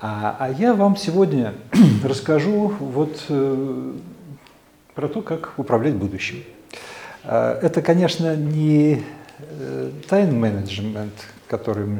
А я вам сегодня расскажу про то, как управлять будущим. Это, конечно, не тайм-менеджмент, о котором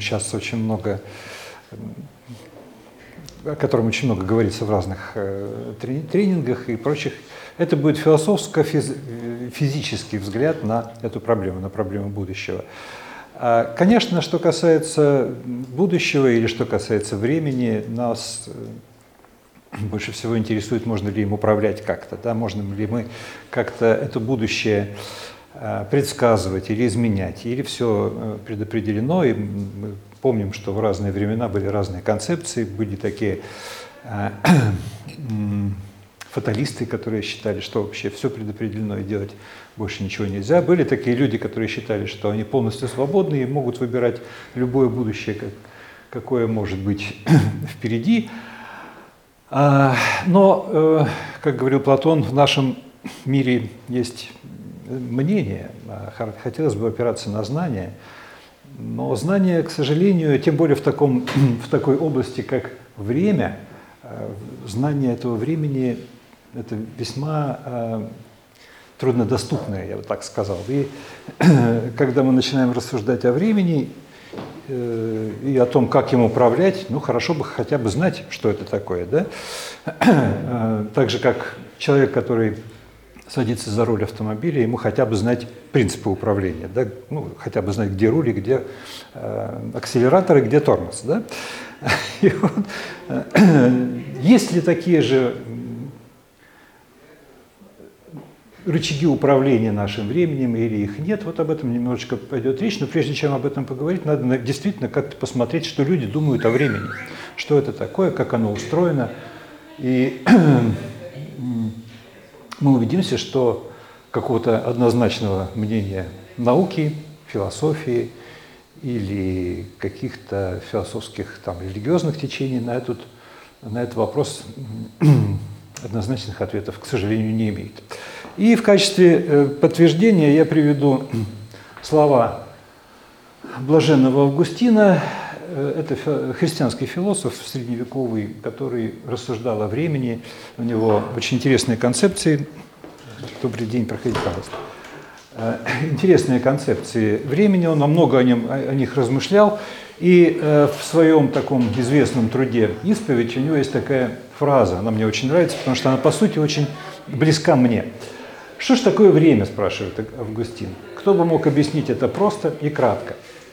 очень много говорится в разных тренингах и прочих. Это будет философско-физический взгляд на эту проблему, на проблему будущего. Конечно, что касается будущего или что касается времени, нас больше всего интересует, можно ли им управлять как-то, да, можно ли мы как-то это будущее предсказывать или изменять, или все предопределено. И мы помним, что в разные времена были разные концепции, были такие фаталисты, которые считали, что вообще все предопределено и делать больше ничего нельзя. Были такие люди, которые считали, что они полностью свободны и могут выбирать любое будущее, какое может быть впереди. Но, как говорил Платон, в нашем мире есть мнение, хотелось бы опираться на знания, но знания, к сожалению, тем более в такой области, как время, знание этого времени – это весьма труднодоступное, я бы так сказал. И когда мы начинаем рассуждать о времени и о том, как им управлять, ну, хорошо бы хотя бы знать, что это такое, да? Так же, как человек, который садится за руль автомобиля, ему хотя бы знать принципы управления, да? Ну, хотя бы знать, где руль, где акселератор и где тормоз, да? И вот, есть ли такие же рычаги управления нашим временем или их нет, вот об этом немножечко пойдет речь, но прежде чем об этом поговорить, надо действительно как-то посмотреть, что люди думают о времени, что это такое, как оно устроено. И мы убедимся, что какого-то однозначного мнения науки, философии или каких-то философских, религиозных течений на этот вопрос однозначных ответов, к сожалению, не имеет. И в качестве подтверждения я приведу слова блаженного Августина. Это христианский философ средневековый, который рассуждал о времени. У него очень интересные концепции. Добрый день, проходите, пожалуйста. Интересные концепции времени, он много о них размышлял. И в своем таком известном труде «Исповедь» у него есть такая фраза, она мне очень нравится, потому что она, по сути, очень близка мне. Что ж такое время, спрашивает Августин. Кто бы мог объяснить это просто и кратко?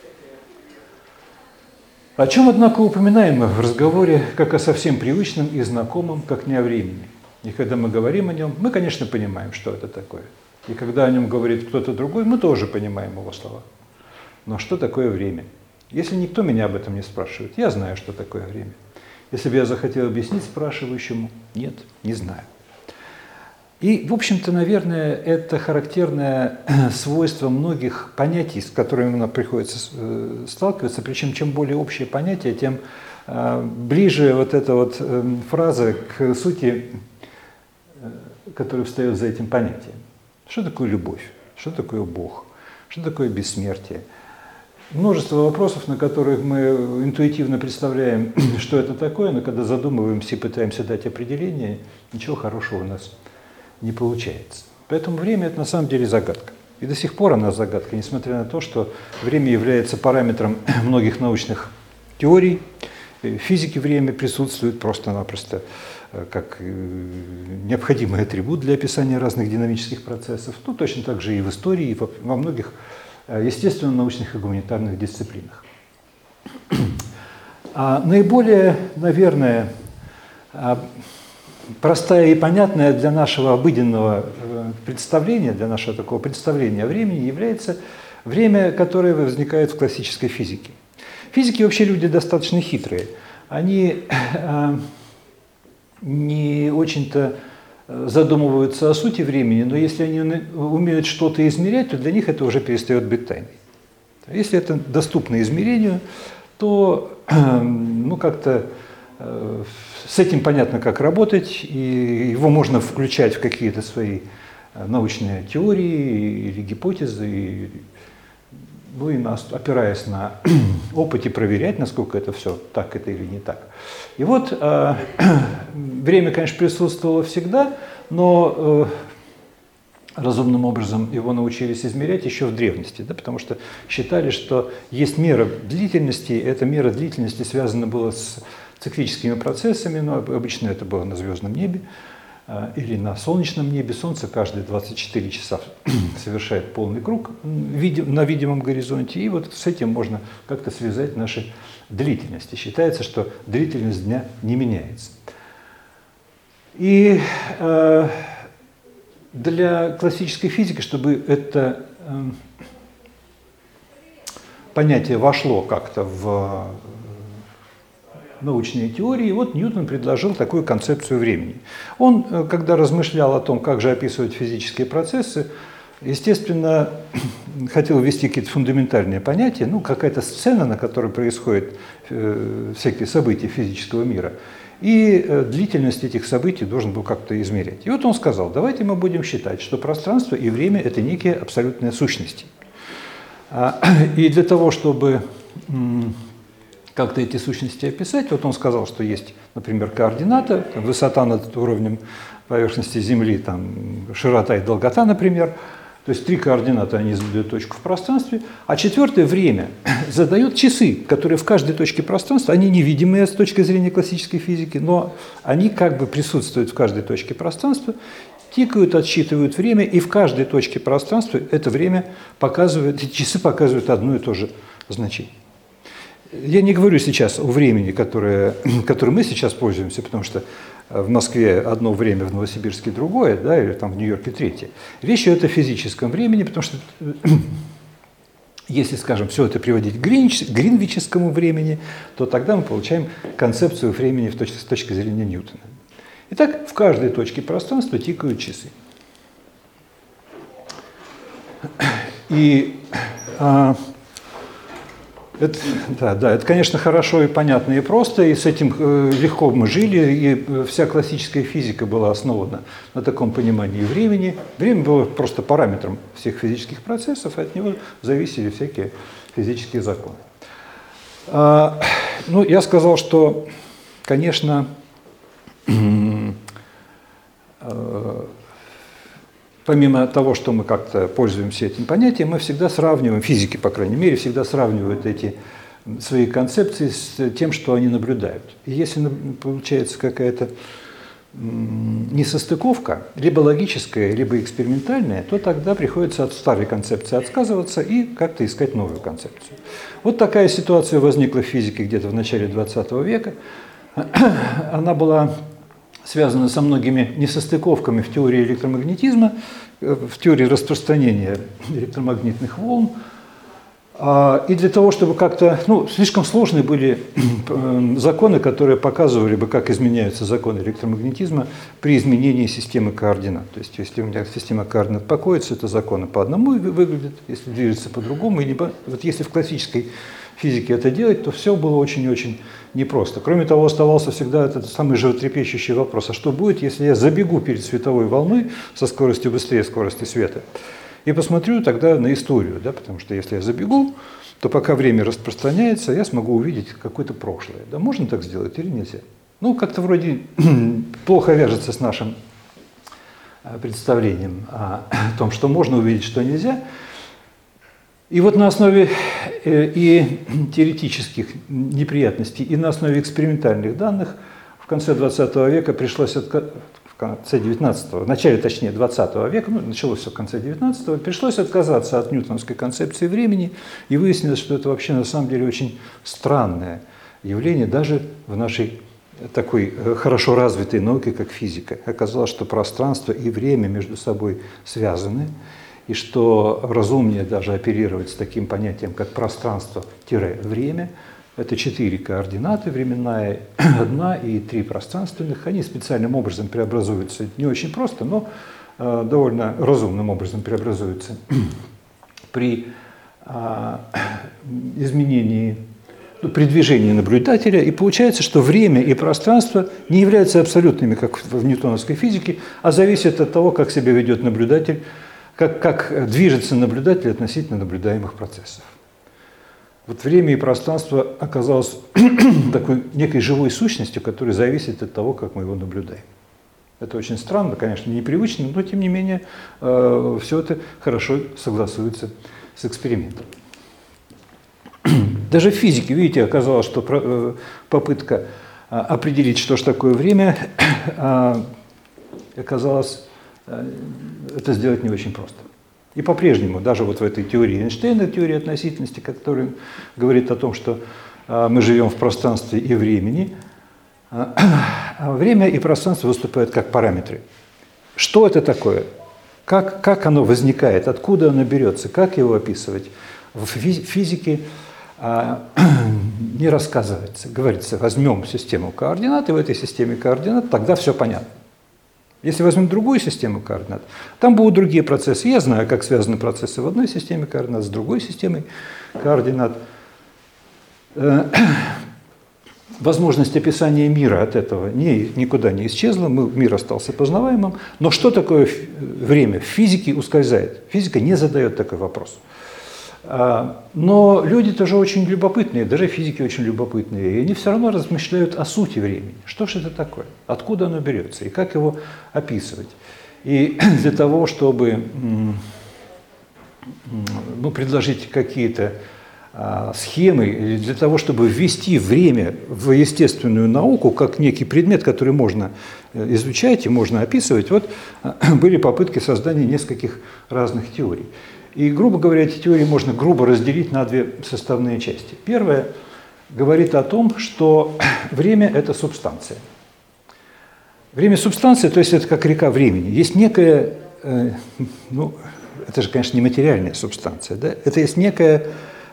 О чем, однако, упоминаем мы в разговоре, как о совсем привычном и знакомом, как не о времени. И когда мы говорим о нем, мы, конечно, понимаем, что это такое. И когда о нем говорит кто-то другой, мы тоже понимаем его слова. Но что такое время? Если никто меня об этом не спрашивает, я знаю, что такое время. Если бы я захотел объяснить спрашивающему, нет, не знаю. И, в общем-то, наверное, это характерное свойство многих понятий, с которыми нам приходится сталкиваться. Причем, чем более общее понятие, тем ближе вот эта вот фраза к сути, которая встает за этим понятием. Что такое любовь? Что такое Бог? Что такое бессмертие? Множество вопросов, на которых мы интуитивно представляем, что это такое, но когда задумываемся и пытаемся дать определение, ничего хорошего у нас не получается. Поэтому время – это на самом деле загадка. И до сих пор она загадка, несмотря на то, что время является параметром многих научных теорий. В физике время присутствует просто-напросто как необходимый атрибут для описания разных динамических процессов. Ну, точно так же и в истории, и во многих естественно-научных и гуманитарных дисциплинах. Наиболее, наверное, простая и понятная для нашего обыденного представления, для нашего такого представления о времени является время, которое возникает в классической физике. Физики вообще люди достаточно хитрые. Они не очень-то задумываются о сути времени, но если они умеют что-то измерять, то для них это уже перестает быть тайной. Если это доступно измерению, то как-то с этим понятно, как работать, и его можно включать в какие-то свои научные теории или гипотезы, ну и опираясь на опыте, проверять, насколько это все так это или не так. И вот время, конечно, присутствовало всегда, но разумным образом его научились измерять еще в древности, да, потому что считали, что есть мера длительности, эта мера длительности связана была с циклическими процессами, но обычно это было на звездном небе или на солнечном небе. Солнце каждые 24 часа совершает полный круг на видимом горизонте, и вот с этим можно как-то связать наши длительности. Считается, что длительность дня не меняется. И для классической физики, чтобы это понятие вошло как-то в научные теории, вот Ньютон предложил такую концепцию времени. Он, когда размышлял о том, как же описывать физические процессы, естественно, хотел ввести какие-то фундаментальные понятия, ну, какая-то сцена, на которой происходят всякие события физического мира, и длительность этих событий должен был как-то измерять. И вот он сказал, давайте мы будем считать, что пространство и время – это некие абсолютные сущности. И для того, чтобы как-то эти сущности описать, вот он сказал, что есть, например, координата, высота над уровнем поверхности Земли, там, широта и долгота, например. То есть 3 координаты, они задают точку в пространстве, а 4 время задает часы, которые в каждой точке пространства, они невидимые с точки зрения классической физики, но они как бы присутствуют в каждой точке пространства, тикают, отсчитывают время, и в каждой точке пространства это время показывает, эти часы показывают одно и то же значение. Я не говорю сейчас о времени, которым мы сейчас пользуемся, потому что в Москве одно время, в Новосибирске другое, да, или там в Нью-Йорке третье. Речь идет о физическом времени, потому что если, скажем, все это приводить к гринвичскому времени, то тогда мы получаем концепцию времени с точки зрения Ньютона. Итак, в каждой точке пространства тикают часы. И это, конечно, хорошо и понятно и просто, и с этим легко мы жили, и вся классическая физика была основана на таком понимании времени. Время было просто параметром всех физических процессов, и от него зависели всякие физические законы. Ну, я сказал, что, конечно, помимо того, что мы как-то пользуемся этим понятием, мы всегда сравниваем, физики, по крайней мере, всегда сравнивают эти свои концепции с тем, что они наблюдают. И если получается какая-то несостыковка, либо логическая, либо экспериментальная, то тогда приходится от старой концепции отказываться и как-то искать новую концепцию. Вот такая ситуация возникла в физике где-то в начале 20 века. Она была связано со многими несостыковками в теории электромагнетизма, в теории распространения электромагнитных волн. И для того, чтобы как-то, слишком сложные были законы, которые показывали бы, как изменяются законы электромагнетизма при изменении системы координат. То есть, если у меня система координат покоится, то законы по одному выглядят, если движется по-другому. Вот если в классической физике это делать, то все было очень-очень непросто. Кроме того, оставался всегда этот самый животрепещущий вопрос, а что будет, если я забегу перед световой волной со скоростью быстрее скорости света и посмотрю тогда на историю, да, потому что если я забегу, то пока время распространяется, я смогу увидеть какое-то прошлое. Да, можно так сделать или нельзя? Как-то вроде плохо вяжется с нашим представлением о том, что можно увидеть, что нельзя. И вот на основе и теоретических неприятностей, и на основе экспериментальных данных в конце 20 века пришлось в начале 20 века, началось все в конце 19-го, пришлось отказаться от ньютоновской концепции времени, и выяснилось, что это вообще на самом деле очень странное явление даже в нашей такой хорошо развитой науке, как физика. Оказалось, что пространство и время между собой связаны, и что разумнее даже оперировать с таким понятием, как пространство-время. Это 4 координаты, временная 1 и 3 пространственных. Они специальным образом преобразуются, не очень просто, но довольно разумным образом преобразуются при изменении, при движении наблюдателя. И получается, что время и пространство не являются абсолютными, как в ньютоновской физике, а зависят от того, как себя ведет наблюдатель, как движется наблюдатель относительно наблюдаемых процессов. Вот время и пространство оказалось такой некой живой сущностью, которая зависит от того, как мы его наблюдаем. Это очень странно, конечно, непривычно, но тем не менее все это хорошо согласуется с экспериментом. Даже в физике, видите, оказалось, что попытка определить, что же такое время, оказалось, это сделать не очень просто. И по-прежнему, даже вот в этой теории Эйнштейна, теории относительности, которая говорит о том, что мы живем в пространстве и времени, время и пространство выступают как параметры. Что это такое? Как оно возникает? Откуда оно берется? Как его описывать? В физике не рассказывается. Говорится, возьмем систему координат, и в этой системе координат тогда все понятно. Если возьмем другую систему координат, там будут другие процессы. Я знаю, как связаны процессы в одной системе координат с другой системой координат. Возможность описания мира от этого никуда не исчезла, мир остался познаваемым. Но что такое время? В физике ускользает. Физика не задает такой вопрос. Но люди тоже очень любопытные, даже физики очень любопытные, и они все равно размышляют о сути времени. Что же это такое? Откуда оно берется? И как его описывать? И для того, чтобы предложить какие-то схемы, или для того, чтобы ввести время в естественную науку, как некий предмет, который можно изучать и можно описывать, вот были попытки создания нескольких разных теорий. И, грубо говоря, эти теории можно грубо разделить на две составные части. Первая говорит о том, что время – это субстанция. Время – субстанция, то есть это как река времени. Есть некая, это же, конечно, не материальная субстанция, да? Это есть некая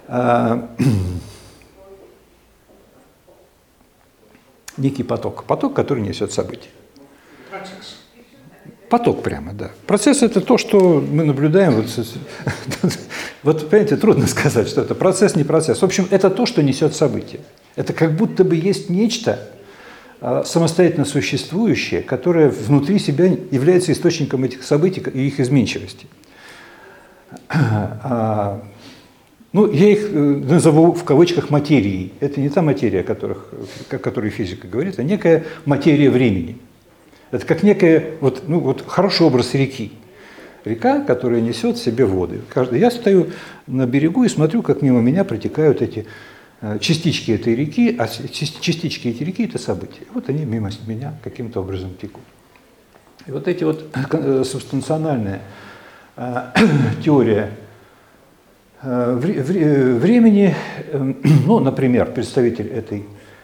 некий поток, который несет события. Процесс. Поток прямо, да. Процесс – это то, что мы наблюдаем. Вот, понимаете, трудно сказать, что это процесс, не процесс. В общем, это то, что несет события. Это как будто бы есть нечто самостоятельно существующее, которое внутри себя является источником этих событий и их изменчивости. Я их назову в кавычках материей. Это не та материя, о которой физика говорит, а некая материя времени. Это как некая, хороший образ реки. Река, которая несет в себе воды. Я стою на берегу и смотрю, как мимо меня протекают эти частички этой реки, а частички этой реки – это события. Вот они мимо меня каким-то образом текут. И вот эти вот субстанциональная теория времени, например, представитель этой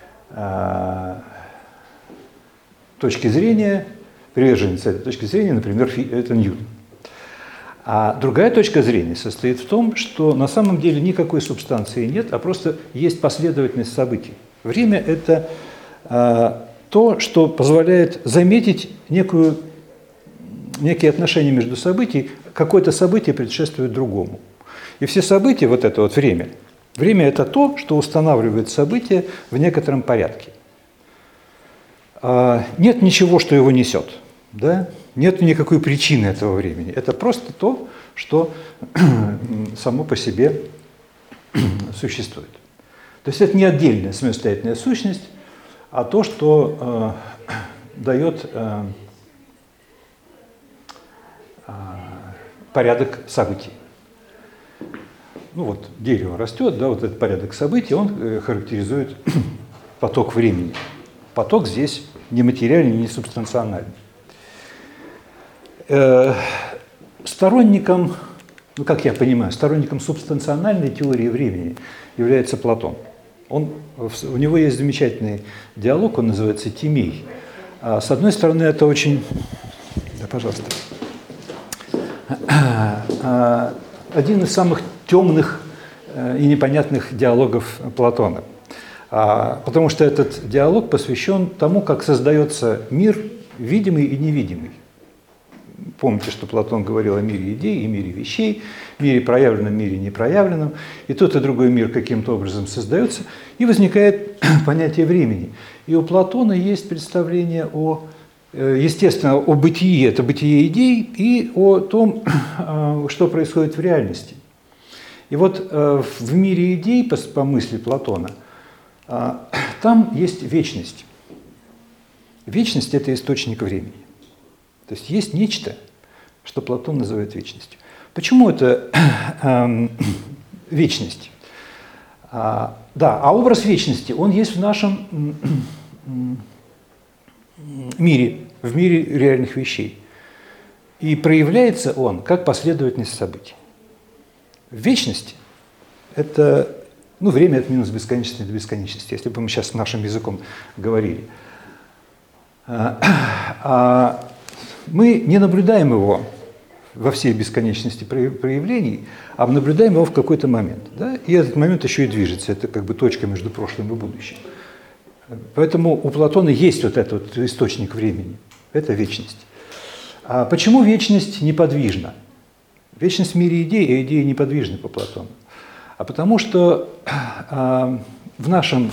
точки зрения, приверженец этой точки зрения, например, это Ньютон. А другая точка зрения состоит в том, что на самом деле никакой субстанции нет, а просто есть последовательность событий. Время – это то, что позволяет заметить некие отношения между событиями, какое-то событие предшествует другому. И все события, вот это вот время – это то, что устанавливает события в некотором порядке. Нет ничего, что его несет, да? Нет никакой причины этого времени. Это просто то, что само по себе существует. То есть это не отдельная самостоятельная сущность, а то, что дает порядок событий. Дерево растет, да, вот этот порядок событий, он характеризует поток времени. Поток здесь не материальный, не субстанциональный. Сторонником, как я понимаю, сторонником субстанциональной теории времени является Платон. У него есть замечательный диалог, он называется «Тимей». С одной стороны, это очень... Да, пожалуйста. Один из самых темных и непонятных диалогов Платона. Потому что этот диалог посвящен тому, как создается мир, видимый и невидимый. Помните, что Платон говорил о мире идей и мире вещей, мире проявленном, мире непроявленном. И тот и другой мир каким-то образом создается, и возникает понятие времени. И у Платона есть представление естественно, о бытии, это бытие идей, и о том, что происходит в реальности. И вот в мире идей, по мысли Платона, там есть вечность. Вечность – это источник времени. То есть есть нечто, что Платон называет вечностью. Почему это вечность? Да, а образ вечности, он есть в нашем мире, в мире реальных вещей. И проявляется он как последовательность событий. Вечность – это время от минус бесконечности до бесконечности, если бы мы сейчас нашим языком говорили. Мы не наблюдаем его во всей бесконечности проявлений, а наблюдаем его в какой-то момент. Да? И этот момент еще и движется. Это как бы точка между прошлым и будущим. Поэтому у Платона есть вот этот вот источник времени. Это вечность. А почему вечность неподвижна? Вечность в мире идей, а идеи неподвижны по Платону. А потому что в нашем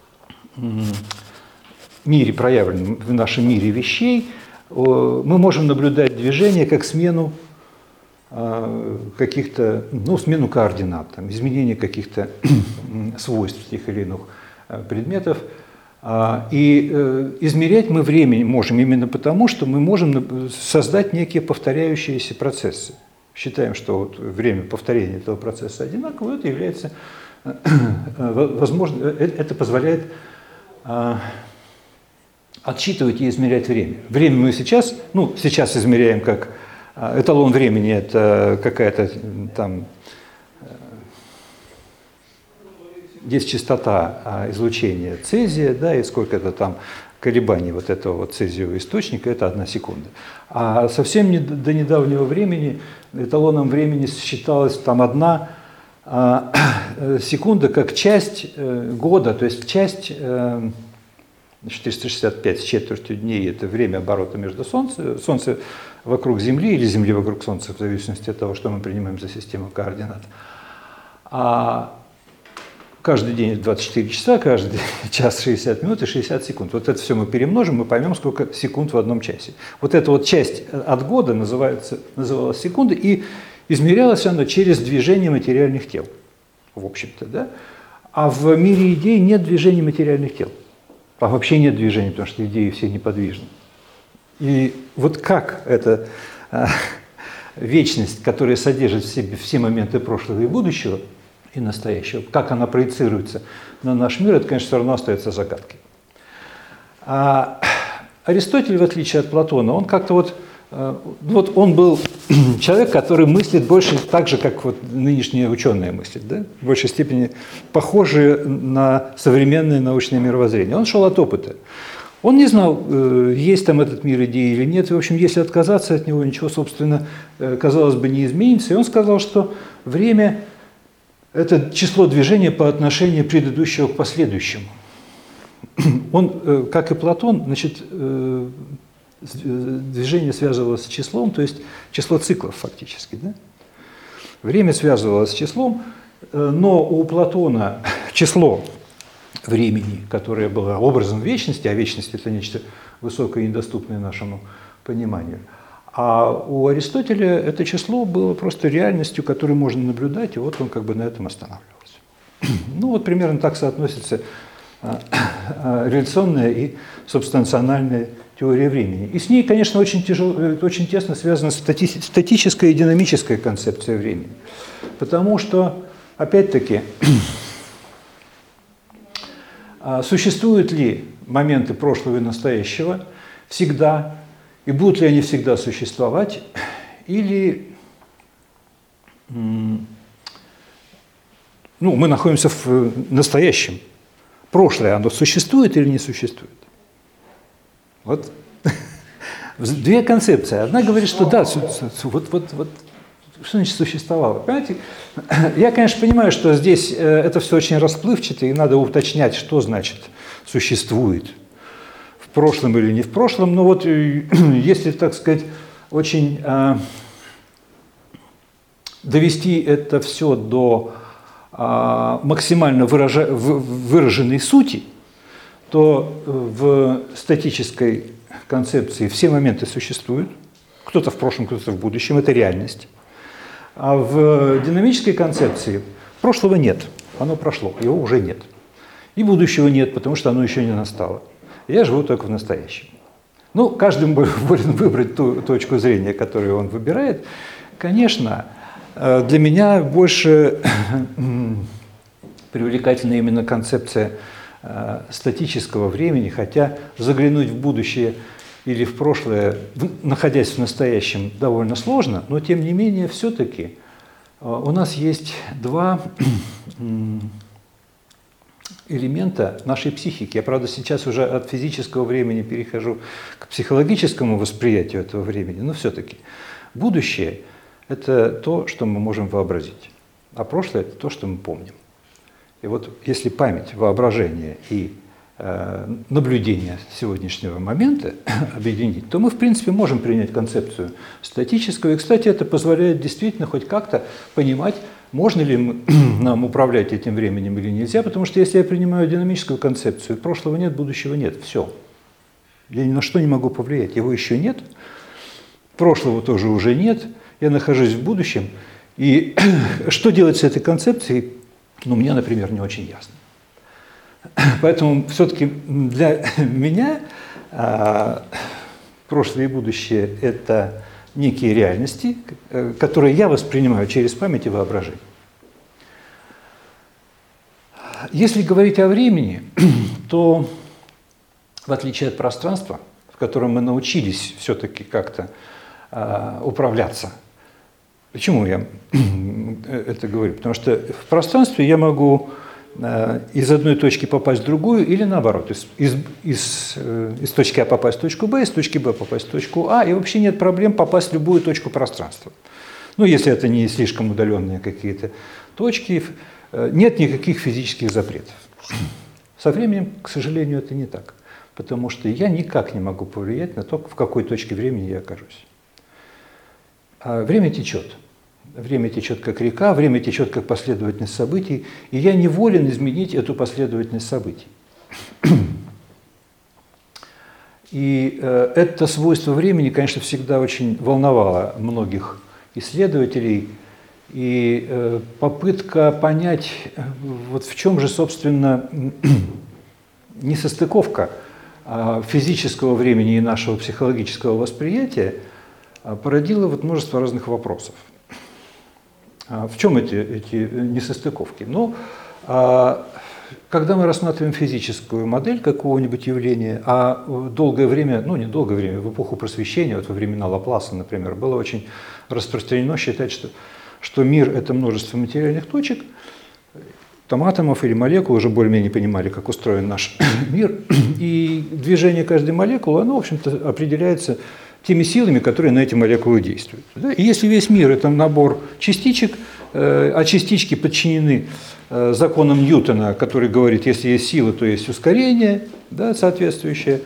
мире проявленном, в нашем мире вещей, мы можем наблюдать движение как смену каких-то, смену координат, там, изменение каких-то свойств тех или иных предметов. И измерять мы время можем именно потому, что мы можем создать некие повторяющиеся процессы. Считаем, что вот время повторения этого процесса одинаково, это является возможно, это позволяет отсчитывать и измерять время. Время мы сейчас измеряем как эталон времени, это какая-то там есть частота излучения цезия, да, и сколько-то там колебаний вот этого вот цезиевого источника, это 1 секунда. А совсем до недавнего времени эталоном времени считалась там 1 секунда как часть года, то есть часть 365 с четвертью дней – это время оборота между Солнце вокруг Земли или Земли вокруг Солнца, в зависимости от того, что мы принимаем за систему координат. А каждый день 24 часа, каждый час 60 минут и 60 секунд. Вот это все мы перемножим, мы поймем, сколько секунд в одном часе. Вот эта вот часть от года называлась секунда, и измерялась она через движение материальных тел, в общем-то, да? А в мире идей нет движения материальных тел. А вообще нет движения, потому что идеи все неподвижны. И вот как эта вечность, которая содержит в себе все моменты прошлого и будущего, и настоящего, как она проецируется на наш мир, это, конечно, все равно остается загадкой. А Аристотель, в отличие от Платона, он как-то он был человек, который мыслит больше так же, как вот нынешние ученые мыслят, да? В большей степени похожие на современное научное мировоззрение. Он шел от опыта. Он не знал, есть там этот мир идей или нет. И, в общем, если отказаться от него, ничего, собственно, казалось бы, не изменится. И он сказал, что время – это число движения по отношению предыдущего к последующему. Он, как и Платон, значит, движение связывалось с числом, то есть число циклов фактически. Да? Время связывалось с числом, но у Платона число времени, которое было образом вечности, а вечность – это нечто высокое и недоступное нашему пониманию. А у Аристотеля это число было просто реальностью, которую можно наблюдать, и вот он как бы на этом останавливался. Вот примерно так соотносятся реляционная и субстанциональная теория времени. И с ней, конечно, очень тесно связана статическая и динамическая концепция времени. Потому что, опять-таки, существуют ли моменты прошлого и настоящего всегда, и будут ли они всегда существовать, или мы находимся в настоящем. Прошлое, оно существует или не существует? Вот две концепции. Одна говорит, что да, что значит существовало. Понимаете? Я, конечно, понимаю, что здесь это все очень расплывчато, и надо уточнять, что значит существует. В прошлом или не в прошлом. Но вот если, так сказать, очень довести это все до максимально выраженной сути, то в статической концепции все моменты существуют. Кто-то в прошлом, кто-то в будущем. Это реальность. А в динамической концепции прошлого нет, оно прошло, его уже нет. И будущего нет, потому что оно еще не настало. Я живу только в настоящем. Ну, каждый волен выбрать ту точку зрения, которую он выбирает. Конечно, для меня больше привлекательна именно концепция статического времени, хотя заглянуть в будущее или в прошлое, находясь в настоящем, довольно сложно, но тем не менее все-таки у нас есть два элемента нашей психики. Я, правда, сейчас уже от физического времени перехожу к психологическому восприятию этого времени, но все-таки будущее – это то, что мы можем вообразить, а прошлое – это то, что мы помним. И вот если память, воображение и наблюдение сегодняшнего момента объединить, то мы, в принципе, можем принять концепцию статического. И, кстати, это позволяет действительно хоть как-то понимать, можно ли нам управлять этим временем или нельзя, потому что если я принимаю динамическую концепцию, прошлого нет, будущего нет, все. Я ни на что не могу повлиять, его еще нет, прошлого тоже уже нет, я нахожусь в будущем. И что делать с этой концепцией, ну, мне, например, не очень ясно. Поэтому все-таки для меня прошлое и будущее – это некие реальности, которые я воспринимаю через память и воображение. Если говорить о времени, то в отличие от пространства, в котором мы научились все-таки как-то управляться, почему я это говорю? Потому что в пространстве я могу из одной точки попасть в другую или наоборот, из точки А попасть в точку Б, из точки Б попасть в точку А, и вообще нет проблем попасть в любую точку пространства. Ну, если это не слишком удаленные какие-то точки, нет никаких физических запретов. Со временем, к сожалению, это не так, потому что я никак не могу повлиять на то, в какой точке времени я окажусь. А время течет. Время течет как река, время течет как последовательность событий, и я не волен изменить эту последовательность событий. И это свойство времени, конечно, всегда очень волновало многих исследователей, и попытка понять, вот в чем же, собственно, несостыковка физического времени и нашего психологического восприятия породила вот множество разных вопросов. В чем эти несостыковки? Ну, когда мы рассматриваем физическую модель какого-нибудь явления, а долгое время, ну не долгое время, в эпоху просвещения, вот во времена Лапласа, например, было очень распространено считать, что мир – это множество материальных точек, там атомов или молекул, уже более-менее понимали, как устроен наш мир, и движение каждой молекулы, оно, в общем-то, определяется теми силами, которые на эти молекулы действуют. И если весь мир – это набор частичек, а частички подчинены законам Ньютона, который говорит, если есть сила, то есть ускорение, да, соответствующее,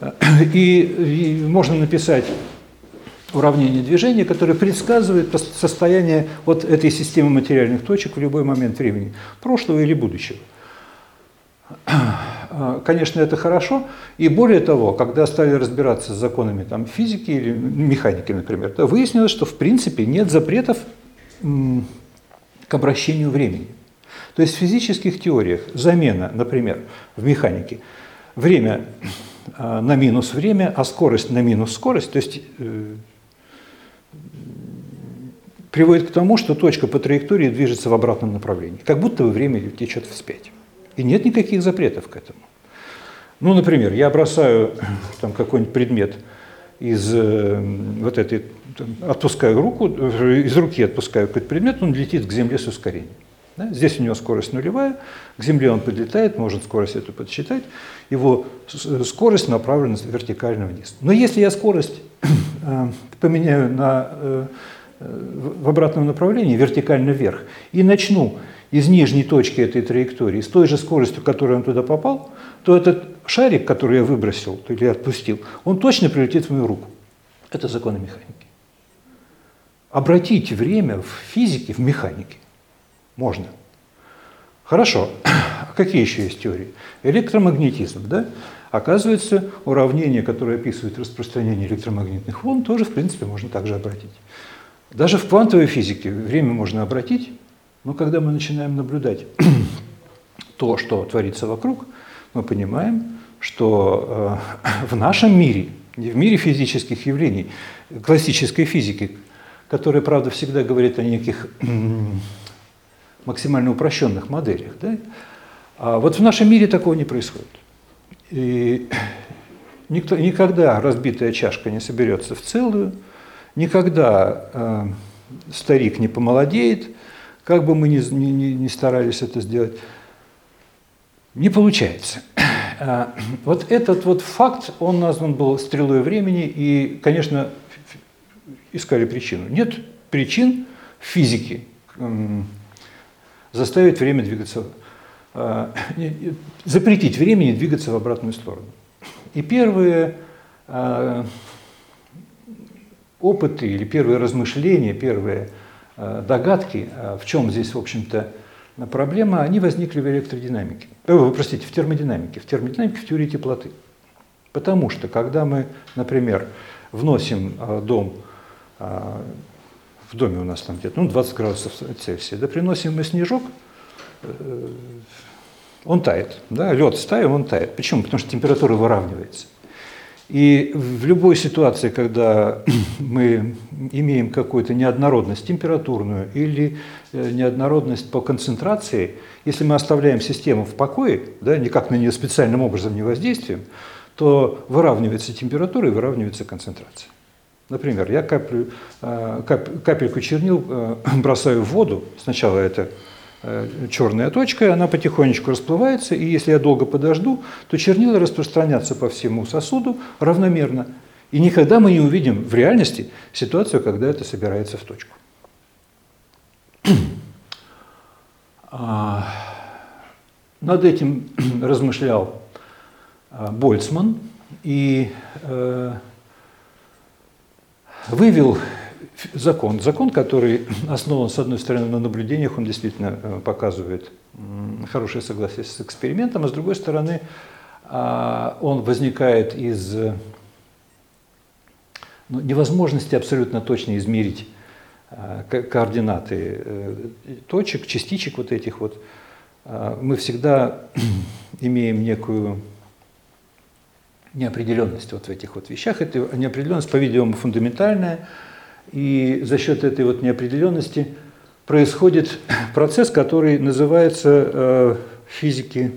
и можно написать уравнение движения, которое предсказывает состояние вот этой системы материальных точек в любой момент времени, прошлого или будущего. Конечно, это хорошо, и более того, когда стали разбираться с законами там, физики или механики, например, то выяснилось, что в принципе нет запретов к обращению времени. То есть в физических теориях замена, например, в механике, время на минус время, а скорость на минус скорость, то есть приводит к тому, что точка по траектории движется в обратном направлении, как будто бы время течет вспять. И нет никаких запретов к этому. Ну, например, я бросаю там какой-нибудь предмет из вот этой, отпускаю руку, из руки отпускаю какой-то предмет, он летит к земле с ускорением. Да? Здесь у него скорость нулевая, к земле он подлетает, можно скорость эту подсчитать, его скорость направлена вертикально вниз. Но если я скорость поменяю в обратном направлении, вертикально вверх, и начну из нижней точки этой траектории, с той же скоростью, которой он туда попал, то этот шарик, который я выбросил или отпустил, он точно прилетит в мою руку. Это законы механики. Обратить время в физике, в механике можно. Хорошо. А какие еще есть теории? Электромагнетизм, да? Оказывается, уравнение, которое описывает распространение электромагнитных волн, тоже, в принципе, можно также обратить. Даже в квантовой физике время можно обратить, но когда мы начинаем наблюдать то, что творится вокруг, мы понимаем, что в нашем мире, не в мире физических явлений, классической физики, которая, правда, всегда говорит о неких максимально упрощенных моделях, да? А вот в нашем мире такого не происходит. И никогда разбитая чашка не соберется в целую, никогда старик не помолодеет, как бы мы ни старались это сделать, не получается. Вот этот вот факт, он назван был стрелой времени, и, конечно, искали причину. Нет причин в физике заставить время двигаться, запретить времени двигаться в обратную сторону. И первые опыты или первые размышления, первые догадки, в чем здесь, в общем-то, проблема, они возникли в электродинамике. Простите, в термодинамике, в теории теплоты. Потому что, когда мы, например, вносим дом, в доме у нас там где-то 20 градусов Цельсия, да, приносим мы снежок, он тает, да, лед ставим, он тает. Почему? Потому что температура выравнивается. И в любой ситуации, когда мы имеем какую-то неоднородность температурную или неоднородность по концентрации, если мы оставляем систему в покое, да, никак на нее специальным образом не воздействуем, то выравнивается температура и выравнивается концентрация. Например, я капельку чернил бросаю в воду, сначала это черная точка, она потихонечку расплывается, и если я долго подожду, то чернила распространятся по всему сосуду равномерно. И никогда мы не увидим в реальности ситуацию, когда это собирается в точку. Над этим размышлял Больцман и вывел закон, который основан, с одной стороны, на наблюдениях, он действительно показывает хорошее согласие с экспериментом, а с другой стороны, он возникает из невозможности абсолютно точно измерить координаты точек, частичек вот этих вот. Мы всегда имеем некую неопределенность вот в этих вот вещах. Эта неопределенность, по-видимому, фундаментальная. И за счет этой вот неопределенности происходит процесс, который называется в физике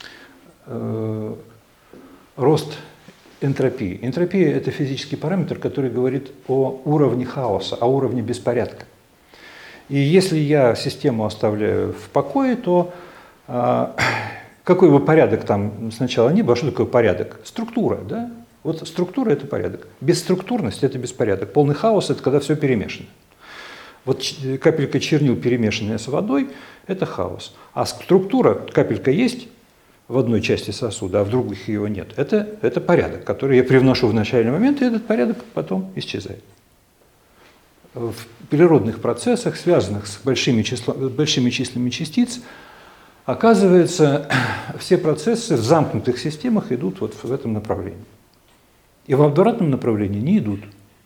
рост энтропии. Энтропия – это физический параметр, который говорит о уровне хаоса, о уровне беспорядка. И если я систему оставляю в покое, то какой бы порядок там сначала ни был, а что такое порядок? Структура, да? Вот структура – это порядок. Бесструктурность – это беспорядок. Полный хаос – это когда все перемешано. Вот капелька чернил, перемешанная с водой – это хаос. А структура, капелька есть в одной части сосуда, а в других его нет. Это порядок, который я привношу в начальный момент, и этот порядок потом исчезает. В природных процессах, связанных с большими числами частиц, оказывается, все процессы в замкнутых системах идут вот в этом направлении. И в обратном направлении не идут.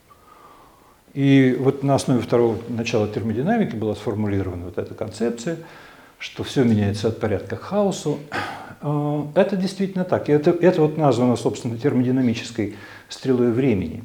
И вот на основе второго начала термодинамики была сформулирована вот эта концепция, что все меняется от порядка к хаосу. Это действительно так. И это вот названо, собственно, термодинамической стрелой времени.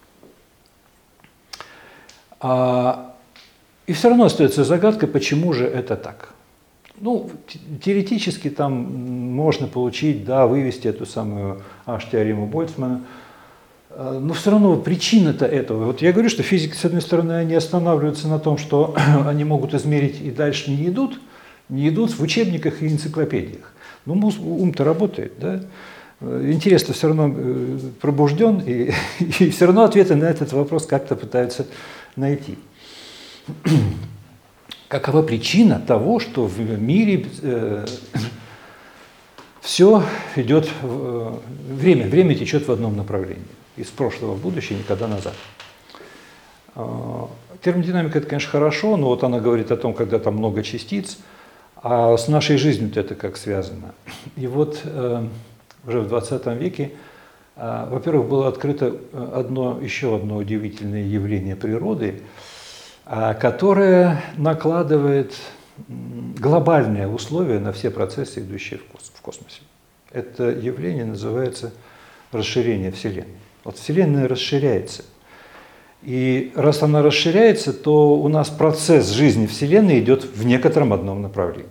И все равно остается загадкой, почему же это так. Ну, теоретически там можно получить, да, вывести эту самую H-теорему Больцмана, но все равно причина-то этого. Вот я говорю, что физики, с одной стороны, они останавливаются на том, что они могут измерить и дальше не идут в учебниках и энциклопедиях. Ну, ум-то работает, да? Интерес-то все равно пробужден, и все равно ответы на этот вопрос как-то пытаются найти. Какова причина того, что в мире все идет, время течет в одном направлении, из прошлого в будущее, никогда назад. Термодинамика – это, конечно, хорошо, но вот она говорит о том, когда там много частиц, а с нашей жизнью это как связано. И вот уже в 20 веке, во-первых, было открыто еще одно удивительное явление природы. которая накладывает глобальные условия на все процессы, идущие в космосе. Это явление называется расширение Вселенной. Вот Вселенная расширяется. И раз она расширяется, то у нас процесс жизни Вселенной идет в некотором одном направлении.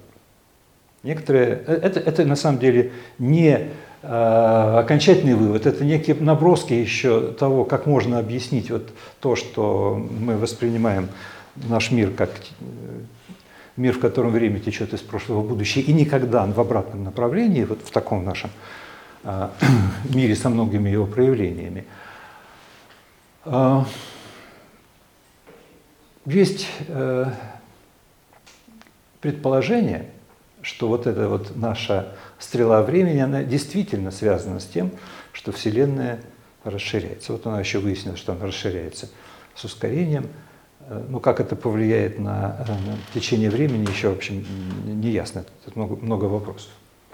Это на самом деле не окончательный вывод, это некие наброски еще того, как можно объяснить вот то, что мы воспринимаем наш мир как мир, в котором время течет из прошлого в будущее, и никогда в обратном направлении, вот в таком нашем мире со многими его проявлениями. Есть предположение, что вот эта вот наша стрела времени, она действительно связана с тем, что Вселенная расширяется. Вот она еще выяснила, что она расширяется с ускорением. Ну, как это повлияет на течение времени, еще, в общем, не ясно. Тут много вопросов.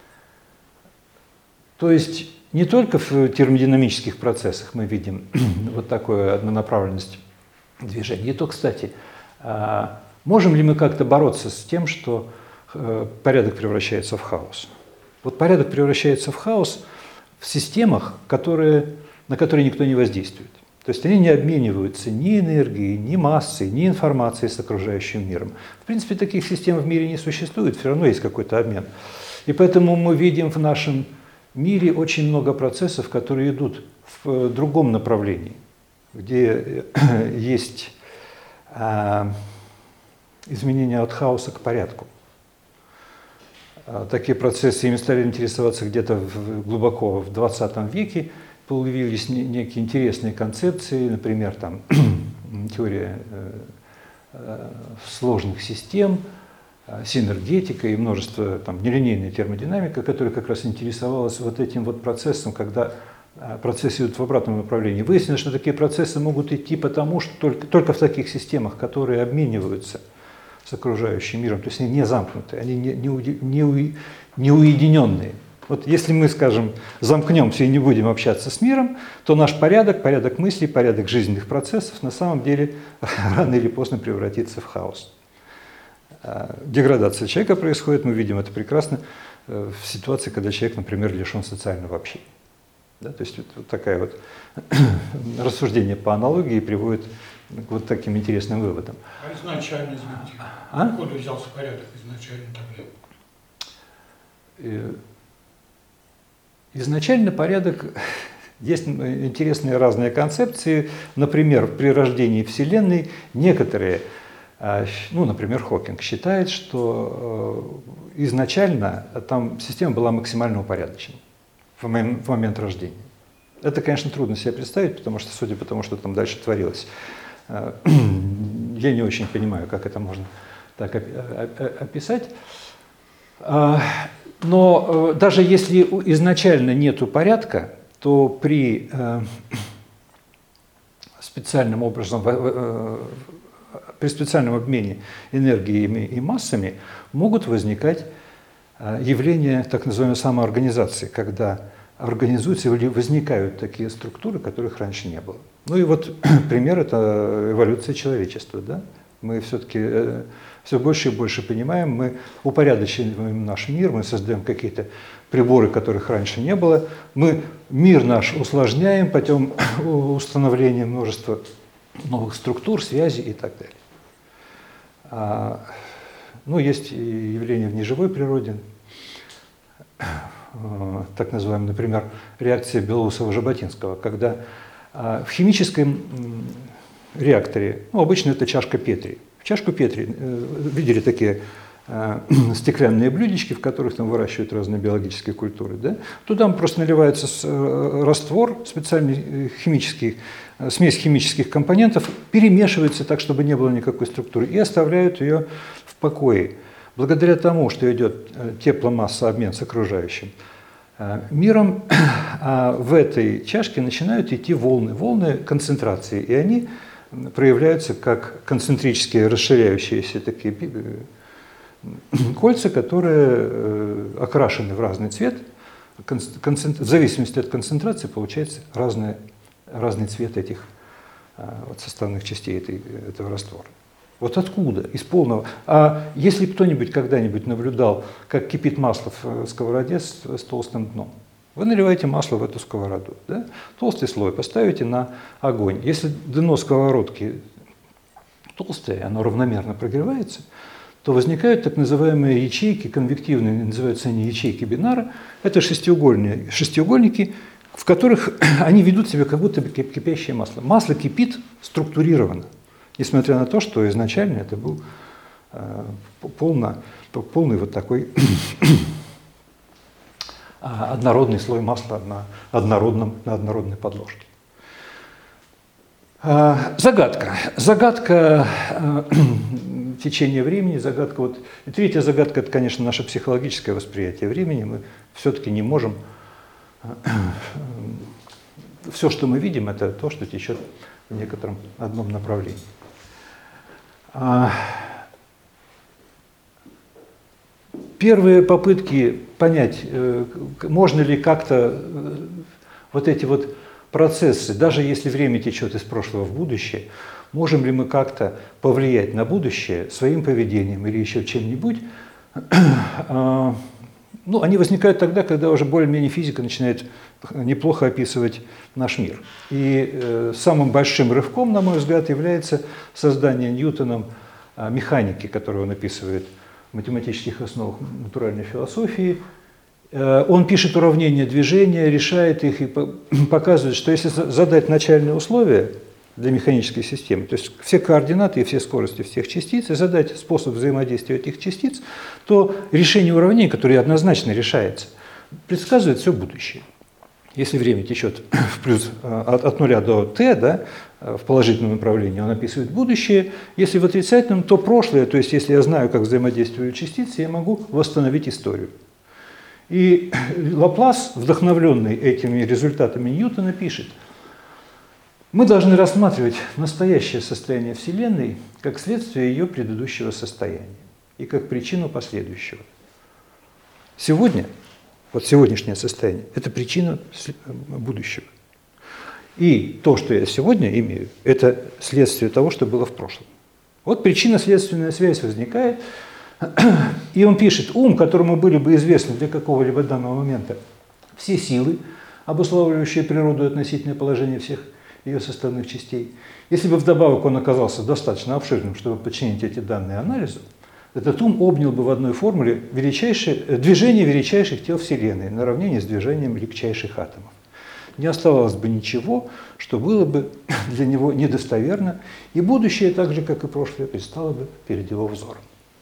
То есть не только в термодинамических процессах мы видим вот такую однонаправленность движения. И то, кстати, можем ли мы как-то бороться с тем, что порядок превращается в хаос? Вот порядок превращается в хаос в системах, на которые никто не воздействует. То есть они не обмениваются ни энергией, ни массой, ни информацией с окружающим миром. В принципе, таких систем в мире не существует, все равно есть какой-то обмен. И поэтому мы видим в нашем мире очень много процессов, которые идут в другом направлении, где есть изменения от хаоса к порядку. Такие процессы ими стали интересоваться где-то глубоко в 20 веке. Появились некие интересные концепции, например, там, теория сложных систем, синергетика и множество, там, нелинейная термодинамика, которая как раз интересовалась вот этим вот процессом, когда процессы идут в обратном направлении. Выяснилось, что такие процессы могут идти потому, что только в таких системах, которые обмениваются с окружающим миром, то есть они не замкнутые, они не уединенные. Вот если мы, скажем, замкнемся и не будем общаться с миром, то наш порядок мыслей, порядок жизненных процессов на самом деле рано или поздно превратится в хаос. Деградация человека происходит, мы видим это прекрасно в ситуации, когда человек, например, лишен социального общения. Да, то есть вот такое вот рассуждение по аналогии приводит к вот таким интересным выводам. А изначально, извините, откуда взялся порядок изначально тогда? Изначально порядок, есть интересные разные концепции. Например, при рождении Вселенной некоторые, ну, например, Хокинг считает, что изначально там система была максимально упорядочена в момент рождения. Это, конечно, трудно себе представить, потому что, судя по тому, что там дальше творилось, я не очень понимаю, как это можно так описать. Но даже если изначально нету порядка, то при специальном обмене энергиями и массами могут возникать явления так называемой самоорганизации, когда организуются или возникают такие структуры, которых раньше не было. Ну и вот пример – это эволюция человечества. Да? Мы все-таки все больше и больше понимаем, мы упорядочиваем наш мир, мы создаем какие-то приборы, которых раньше не было, мы мир наш усложняем путем установления множества новых структур, связей и так далее. Ну, есть и явления в неживой природе, так называемая, например, реакция Белоусова-Жаботинского, когда в химическом реакторе, ну, обычно это чашка Петри. В чашку Петри видели такие стеклянные блюдечки, в которых там выращивают разные биологические культуры. Да? Туда просто наливается раствор, специальный химический, смесь химических компонентов, перемешивается так, чтобы не было никакой структуры, и оставляют ее в покое. Благодаря тому, что идет тепломассообмен с окружающим миром, в этой чашке начинают идти волны концентрации, и они проявляются как концентрические расширяющиеся такие кольца, которые окрашены в разный цвет. В зависимости от концентрации получается разный цвет этих вот составных частей этого раствора. Вот откуда? Из полного. А если кто-нибудь когда-нибудь наблюдал, как кипит масло в сковороде с толстым дном, вы наливаете масло в эту сковороду, да? Толстый слой поставите на огонь. Если дно сковородки толстое, оно равномерно прогревается, то возникают так называемые ячейки, конвективные, называются они ячейки Бинара. Это шестиугольники, в которых они ведут себя как будто кипящее масло. Масло кипит структурированно, несмотря на то, что изначально это был полный вот такой однородный слой масла на однородной подложке. Загадка течения времени, загадка вот. И третья загадка – это, конечно, наше психологическое восприятие времени. Мы все-таки не можем. Все, что мы видим, это то, что течет в некотором одном направлении. Первые попытки понять, можно ли как-то вот эти вот процессы, даже если время течет из прошлого в будущее, можем ли мы как-то повлиять на будущее своим поведением или еще чем-нибудь, ну, они возникают тогда, когда уже более-менее физика начинает неплохо описывать наш мир. И самым большим рывком, на мой взгляд, является создание Ньютоном механики, которую он описывает в математических основах натуральной философии. Он пишет уравнения движения, решает их и показывает, что если задать начальные условия для механической системы, то есть все координаты и все скорости всех частиц, и задать способ взаимодействия этих частиц, то решение уравнений, которое однозначно решается, предсказывает все будущее. Если время течет в плюс от 0 до t, да, в положительном направлении, он описывает будущее. Если в отрицательном, то прошлое, то есть если я знаю, как взаимодействуют частицы, я могу восстановить историю. И Лаплас, вдохновленный этими результатами Ньютона, пишет: мы должны рассматривать настоящее состояние Вселенной как следствие ее предыдущего состояния и как причину последующего. Сегодня, вот сегодняшнее состояние, это причина будущего. И то, что я сегодня имею, это следствие того, что было в прошлом. Вот причинно-следственная связь возникает. И он пишет: ум, которому были бы известны для какого-либо данного момента все силы, обуславливающие природу и относительное положение всех ее составных частей, если бы вдобавок он оказался достаточно обширным, чтобы подчинить эти данные анализу, этот ум обнял бы в одной формуле движение величайших тел Вселенной наравне с движением легчайших атомов. Не оставалось бы ничего, что было бы для него недостоверно, и будущее, так же, как и прошлое, предстало бы перед его взором.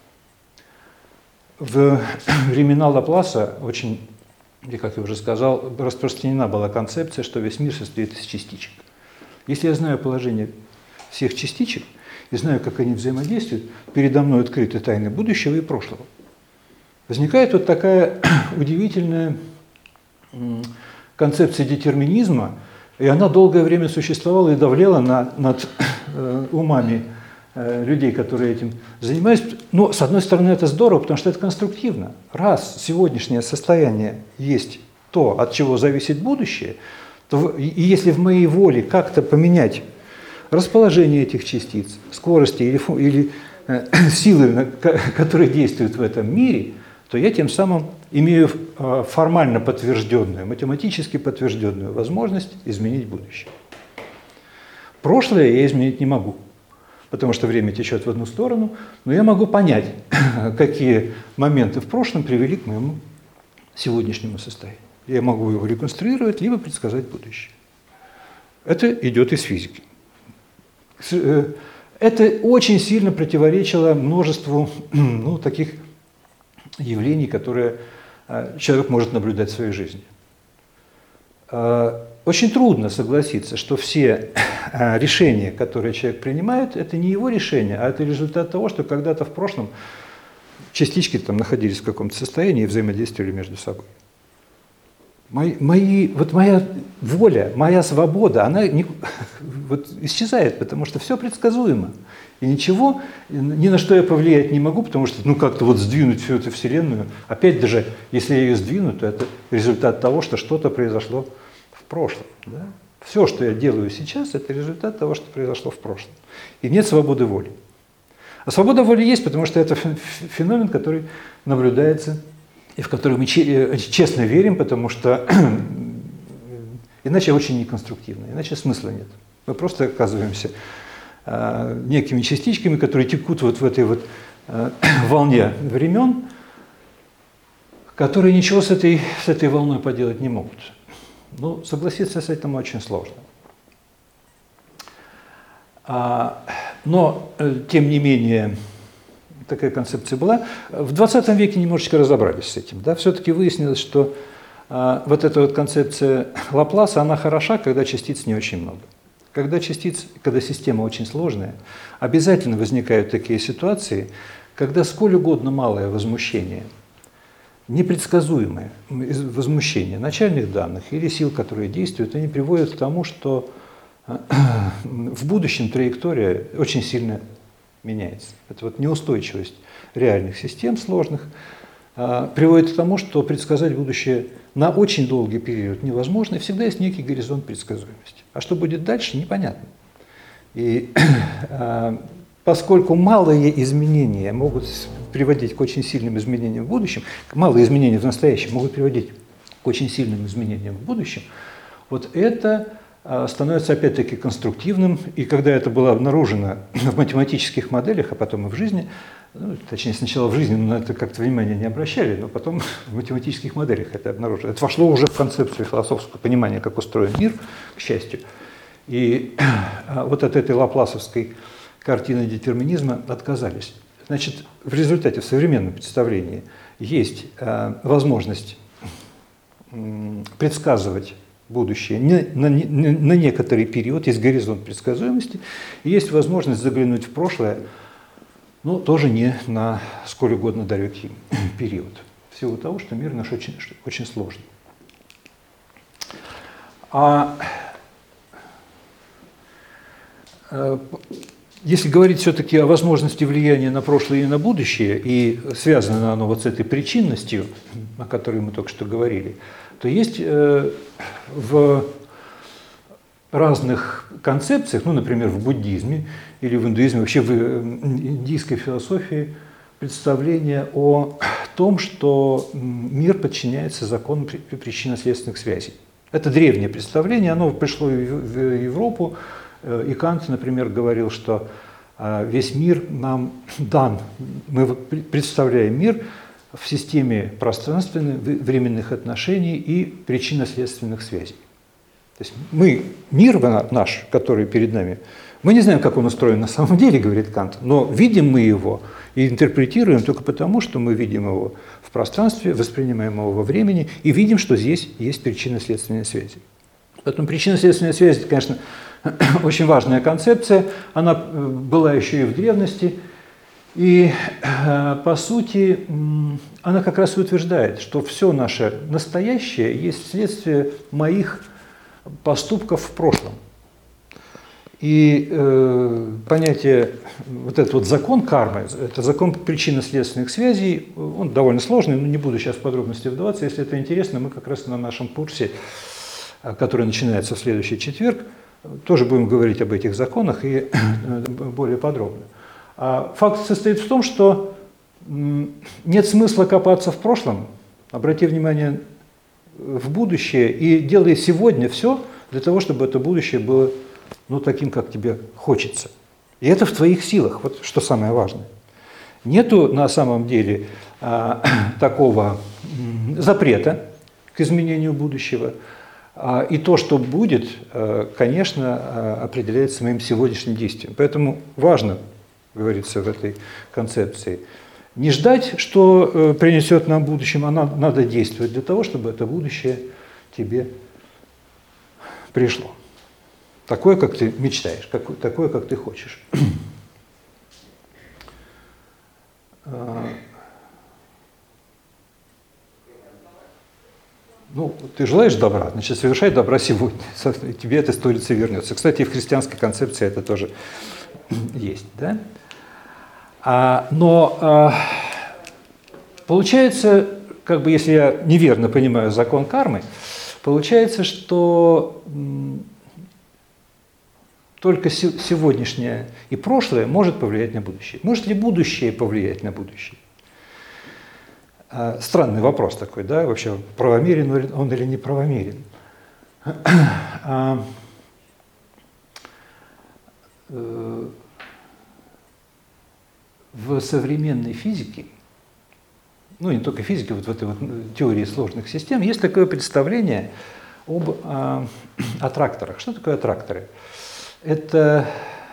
В времена Лапласа очень, как я уже сказал, распространена была концепция, что весь мир состоит из частичек. Если я знаю положение всех частичек и знаю, как они взаимодействуют, передо мной открыты тайны будущего и прошлого. Возникает вот такая удивительная концепция детерминизма, и она долгое время существовала и давлела над умами людей, которые этим занимались. Но, с одной стороны, это здорово, потому что это конструктивно. Раз сегодняшнее состояние есть то, от чего зависит будущее, то и если в моей воле как-то поменять расположение этих частиц, скорости или силы, которые действуют в этом мире, то я тем самым имею формально подтвержденную, математически подтвержденную возможность изменить будущее. Прошлое я изменить не могу, потому что время течет в одну сторону, но я могу понять, какие моменты в прошлом привели к моему сегодняшнему состоянию. Я могу его реконструировать, либо предсказать будущее. Это идет из физики. Это очень сильно противоречило множеству таких явлений, которые человек может наблюдать в своей жизни. Очень трудно согласиться, что все решения, которые человек принимает, это не его решение, а это результат того, что когда-то в прошлом частички там находились в каком-то состоянии и взаимодействовали между собой. Моя воля, моя свобода, она исчезает, потому что все предсказуемо. И ничего, ни на что я повлиять не могу, потому что как-то сдвинуть всю эту Вселенную, опять даже, если я ее сдвину, то это результат того, что что-то произошло в прошлом. Да? Все, что я делаю сейчас, это результат того, что произошло в прошлом. И нет свободы воли. А свобода воли есть, потому что это феномен, который наблюдается и в который мы честно верим, потому что иначе очень неконструктивно, иначе смысла нет. Мы просто оказываемся некими частичками, которые текут вот в этой вот волне времен, которые ничего с этой волной поделать не могут. Ну, согласиться с этим очень сложно. Но, тем не менее, такая концепция была. В 20 веке немножечко разобрались с этим. Да? Все-таки выяснилось, что вот эта вот концепция Лапласа, она хороша, когда частиц не очень много. Когда система очень сложная, обязательно возникают такие ситуации, когда сколь угодно малое возмущение, непредсказуемое возмущение начальных данных или сил, которые действуют, они приводят к тому, что в будущем траектория очень сильно меняется. Это вот неустойчивость реальных систем сложных приводит к тому, что предсказать будущее на очень долгий период невозможно, и всегда есть некий горизонт предсказуемости. А что будет дальше, непонятно. И поскольку малые изменения могут приводить к очень сильным изменениям в будущем, малые изменения в настоящем могут приводить к очень сильным изменениям в будущем, вот это становится опять-таки конструктивным, и когда это было обнаружено в математических моделях, а потом и в жизни, ну, точнее сначала в жизни, но на это как-то внимания не обращали, но потом в математических моделях это обнаружили. Это вошло уже в концепцию философского понимания, как устроен мир, к счастью. И вот от этой лапласовской картины детерминизма отказались. Значит, в результате в современном представлении есть возможность предсказывать будущее на некоторый период, есть горизонт предсказуемости, и есть возможность заглянуть в прошлое, но тоже не на сколь угодно далекий период, в силу того, что мир наш очень сложный. Если говорить все-таки о возможности влияния на прошлое и на будущее, и связано оно вот с этой причинностью, о которой мы только что говорили, то есть в разных концепциях, ну, например, в буддизме или в индуизме, вообще в индийской философии, представление о том, что мир подчиняется закону причинно-следственных связей. Это древнее представление, оно пришло в Европу, и Кант, например, говорил, что весь мир нам дан, мы представляем мир в системе пространственных, временных отношений и причинно-следственных связей. То есть мир наш, который перед нами, мы не знаем, как он устроен на самом деле, говорит Кант, но видим мы его и интерпретируем только потому, что мы видим его в пространстве, воспринимаем его во времени и видим, что здесь есть причинно-следственные связи. Поэтому причинно-следственная связь, это, конечно, очень важная концепция, она была еще и в древности, и, по сути, она как раз и утверждает, что все наше настоящее есть следствие моих поступков в прошлом. И понятие, вот этот вот закон кармы, это закон причинно-следственных связей, он довольно сложный, но не буду сейчас в подробности вдаваться. Если это интересно, мы как раз на нашем курсе, который начинается в следующий четверг, тоже будем говорить об этих законах и более подробно. Факт состоит в том, что нет смысла копаться в прошлом, обрати внимание в будущее и делай сегодня все для того, чтобы это будущее было таким, как тебе хочется. И это в твоих силах, вот что самое важное. Нету на самом деле такого запрета к изменению будущего. И то, что будет, конечно, определяется моим сегодняшним действием. Поэтому важно, говорится в этой концепции, не ждать, что принесет нам будущее, а надо действовать для того, чтобы это будущее тебе пришло. Такое, как ты мечтаешь, такое, как ты хочешь. Ты желаешь добра, значит, совершай добра сегодня, и тебе эта сторица вернется. Кстати, в христианской концепции это тоже есть, да? Но получается, как бы если я неверно понимаю закон кармы, получается, что только сегодняшнее и прошлое может повлиять на будущее. Может ли будущее повлиять на будущее? Странный вопрос такой, да, вообще, правомерен он или не правомерен. В современной физике, ну и не только физике, вот в этой вот теории сложных систем, есть такое представление об аттракторах. Что такое аттракторы? Это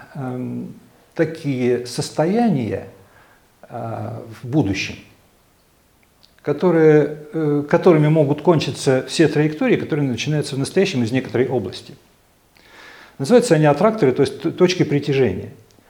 такие состояния в будущем, которыми могут кончиться все траектории, которые начинаются в настоящем из некоторой области. Называются они аттракторы, то есть точки притяжения.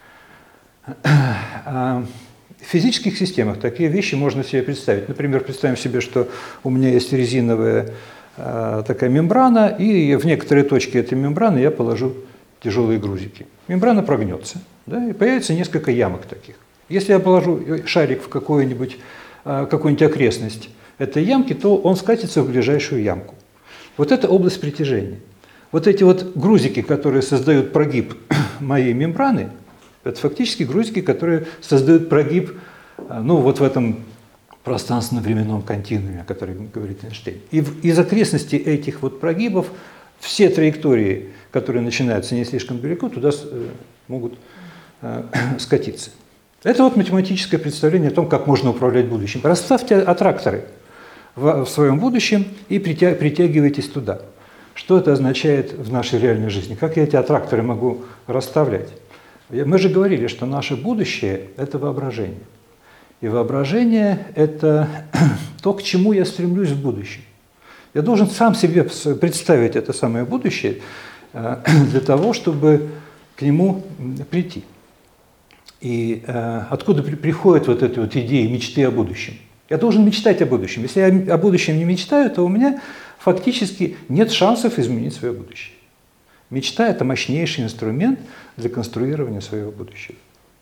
В физических системах такие вещи можно себе представить. Например, представим себе, что у меня есть резиновая такая мембрана, и в некоторые точки этой мембраны я положу тяжелые грузики. Мембрана прогнется, да, и появится несколько ямок таких. Если я положу шарик в какую-нибудь окрестность этой ямки, то он скатится в ближайшую ямку. Вот это область притяжения. Вот эти вот грузики, которые создают прогиб моей мембраны, это фактически грузики, которые создают прогиб, ну, вот в этом пространственно-временном континууме, о котором говорит Эйнштейн. И из окрестностей этих вот прогибов все траектории, которые начинаются не слишком далеко, туда могут скатиться. Это вот математическое представление о том, как можно управлять будущим. Расставьте аттракторы в своем будущем и притягивайтесь туда. Что это означает в нашей реальной жизни? Как я эти аттракторы могу расставлять? Мы же говорили, что наше будущее – это воображение. И воображение – это то, к чему я стремлюсь в будущем. Я должен сам себе представить это самое будущее для того, чтобы к нему прийти. И откуда приходят вот эти вот идеи, мечты о будущем? Я должен мечтать о будущем. Если я о будущем не мечтаю, то у меня фактически нет шансов изменить свое будущее. Мечта – это мощнейший инструмент для конструирования своего будущего.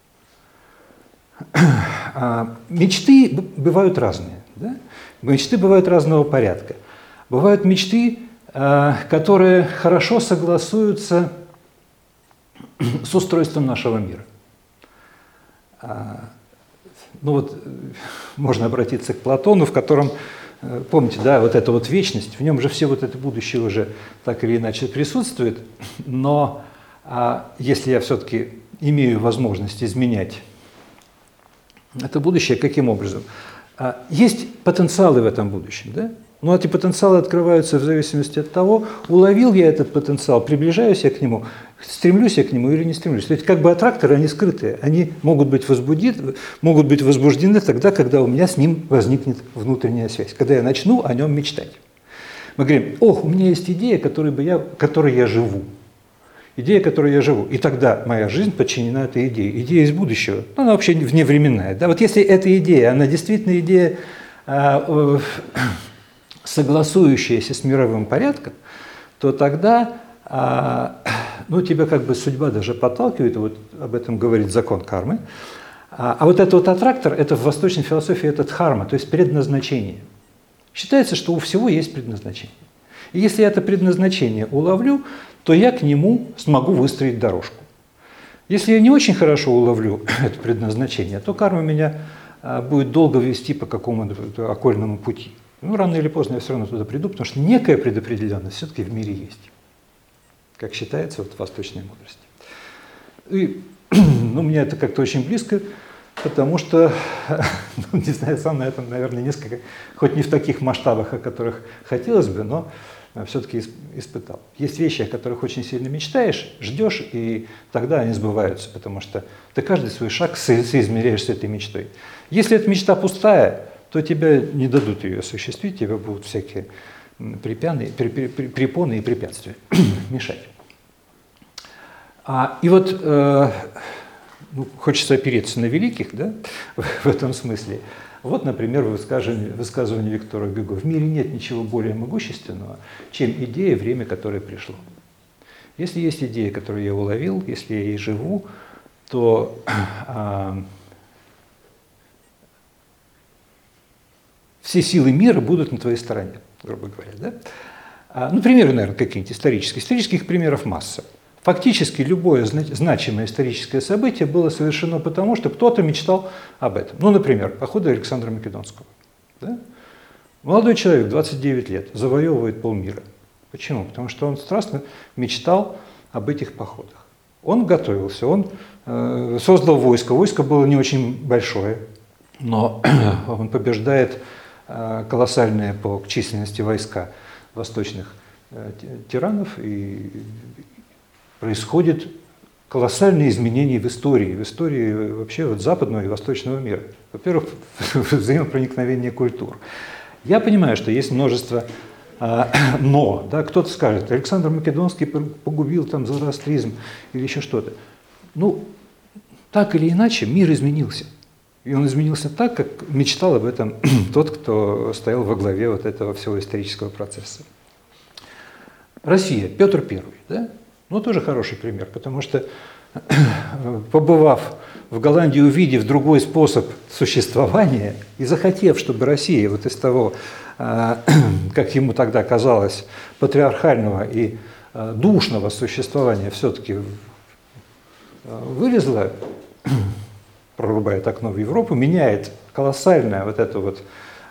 Мечты бывают разные. Да? Мечты бывают разного порядка. Бывают мечты, которые хорошо согласуются с устройством нашего мира. Ну вот можно обратиться к Платону, в котором, помните, да, вот эта вот вечность, в нем же все вот это будущее уже так или иначе присутствует, но если я все-таки имею возможность изменять это будущее, каким образом? Есть потенциалы в этом будущем, да? Но эти потенциалы открываются в зависимости от того, уловил я этот потенциал, приближаюсь я к нему, стремлюсь я к нему или не стремлюсь. То есть как бы аттракторы, они скрытые, они могут быть возбуждены тогда, когда у меня с ним возникнет внутренняя связь, когда я начну о нем мечтать. Мы говорим, ох, у меня есть идея, которой я живу. Идея, которой я живу. И тогда моя жизнь подчинена этой идее. Идея из будущего, ну, она вообще вневременная. Да? Вот если эта идея, она действительно идея, согласующаяся с мировым порядком, то тогда ну, тебя как бы судьба даже подталкивает, вот об этом говорит закон кармы. А вот этот вот аттрактор, это в восточной философии это дхарма, то есть предназначение. Считается, что у всего есть предназначение. И если я это предназначение уловлю, то я к нему смогу выстроить дорожку. Если я не очень хорошо уловлю это предназначение, то карма меня будет долго вести по какому-то окольному пути. Ну, рано или поздно я все равно туда приду, потому что некая предопределенность все-таки в мире есть, как считается вот в восточной мудрости. И ну, мне это как-то очень близко, потому что, ну, не знаю, сам на этом, наверное, несколько, хоть не в таких масштабах, о которых хотелось бы, но все-таки испытал. Есть вещи, о которых очень сильно мечтаешь, ждешь, и тогда они сбываются, потому что ты каждый свой шаг соизмеряешь с этой мечтой. Если эта мечта пустая, то тебя не дадут ее осуществить, тебе будут всякие препоны и препятствия мешать. И вот ну, хочется опереться на великих, да, в этом смысле. Вот, например, высказывание Виктора Гюго. В мире нет ничего более могущественного, чем идея, время, которое пришло. Если есть идея, которую я уловил, если я ей живу, то все силы мира будут на твоей стороне, грубо говоря. Да? Ну, примеры, наверное, какие-нибудь исторические. Исторических примеров масса. Фактически любое значимое историческое событие было совершено потому, что кто-то мечтал об этом. Ну, например, походы Александра Македонского. Да? Молодой человек, 29 лет, завоевывает полмира. Почему? Потому что он страстно мечтал об этих походах. Он готовился, он создал войско. Войско было не очень большое, но он побеждает колоссальные по численности войска восточных тиранов, и происходит колоссальные изменения в истории вообще вот западного и восточного мира. Во-первых, взаимопроникновение культур. Я понимаю, что есть множество но. Да, кто-то скажет, Александр Македонский погубил там зороастризм или еще что-то. Ну, так или иначе, мир изменился. И он изменился так, как мечтал об этом тот, кто стоял во главе вот этого всего исторического процесса. Россия, Петр I, да? Ну, тоже хороший пример, потому что, побывав в Голландии, увидев другой способ существования и захотев, чтобы Россия вот из того, как ему тогда казалось, патриархального и душного существования все-таки вылезла, прорубает окно в Европу, меняет колоссальное вот это вот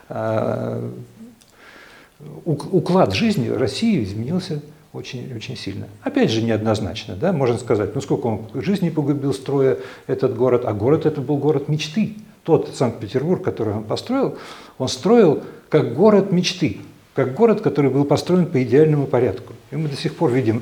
уклад жизни России изменился очень, очень сильно. Опять же, неоднозначно, да, можно сказать, ну сколько он жизни погубил, строя этот город, а город это был город мечты. Тот Санкт-Петербург, который он строил как город мечты, как город, который был построен по идеальному порядку. И мы до сих пор видим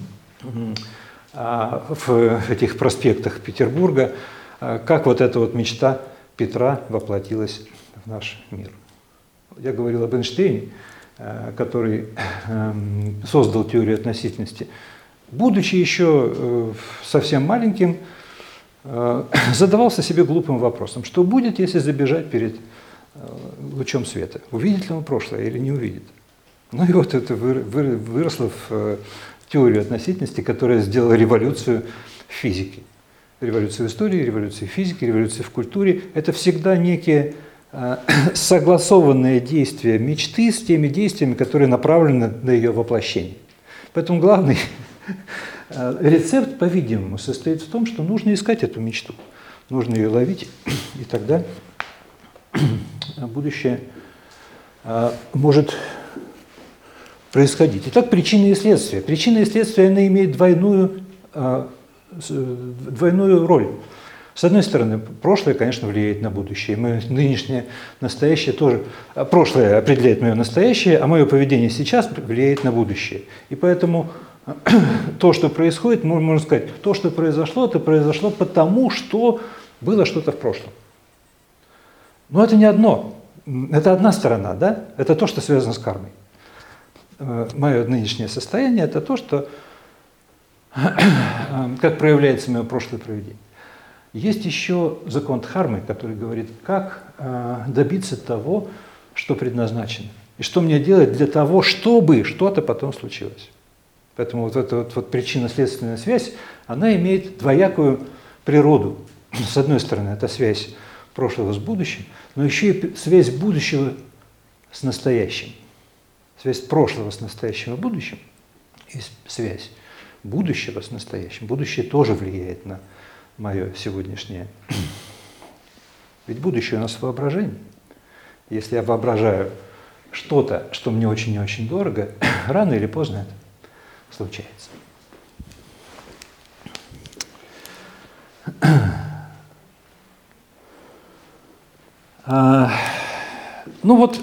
в этих проспектах Петербурга, как вот эта вот мечта Петра воплотилась в наш мир. Я говорил об Эйнштейне, который создал теорию относительности. Будучи еще совсем маленьким, задавался себе глупым вопросом, что будет, если забежать перед лучом света? Увидит ли он прошлое или не увидит? Ну и вот это выросло в теорию относительности, которая сделала революцию в физике. Революция в истории, революция в физике, революция в культуре. Это всегда некие согласованные действия мечты с теми действиями, которые направлены на ее воплощение. Поэтому главный рецепт, по-видимому, состоит в том, что нужно искать эту мечту, нужно ее ловить, и тогда будущее может происходить. Итак, причины и следствия. Причины и следствия, она имеет двойную роль. С одной стороны, прошлое, конечно, влияет на будущее. Мое нынешнее, настоящее тоже. Прошлое определяет мое настоящее, а мое поведение сейчас влияет на будущее. И поэтому то, что происходит, можно сказать, то, что произошло, это произошло потому, что было что-то в прошлом. Но это не одно. Это одна сторона, да? Это то, что связано с кармой. Мое нынешнее состояние – это то, что, как проявляется мое прошлое поведение. Есть еще закон Дхармы, который говорит, как добиться того, что предназначено. И что мне делать для того, чтобы что-то потом случилось. Поэтому вот эта вот причинно-следственная связь, она имеет двоякую природу. С одной стороны, это связь прошлого с будущим, но еще и связь будущего с настоящим. Связь прошлого с настоящим и будущим и связь будущего с настоящим. Будущее тоже влияет на мое сегодняшнее. Ведь будущее у нас воображение. Если я воображаю что-то, что мне очень и очень дорого, рано или поздно это случается. Ну вот,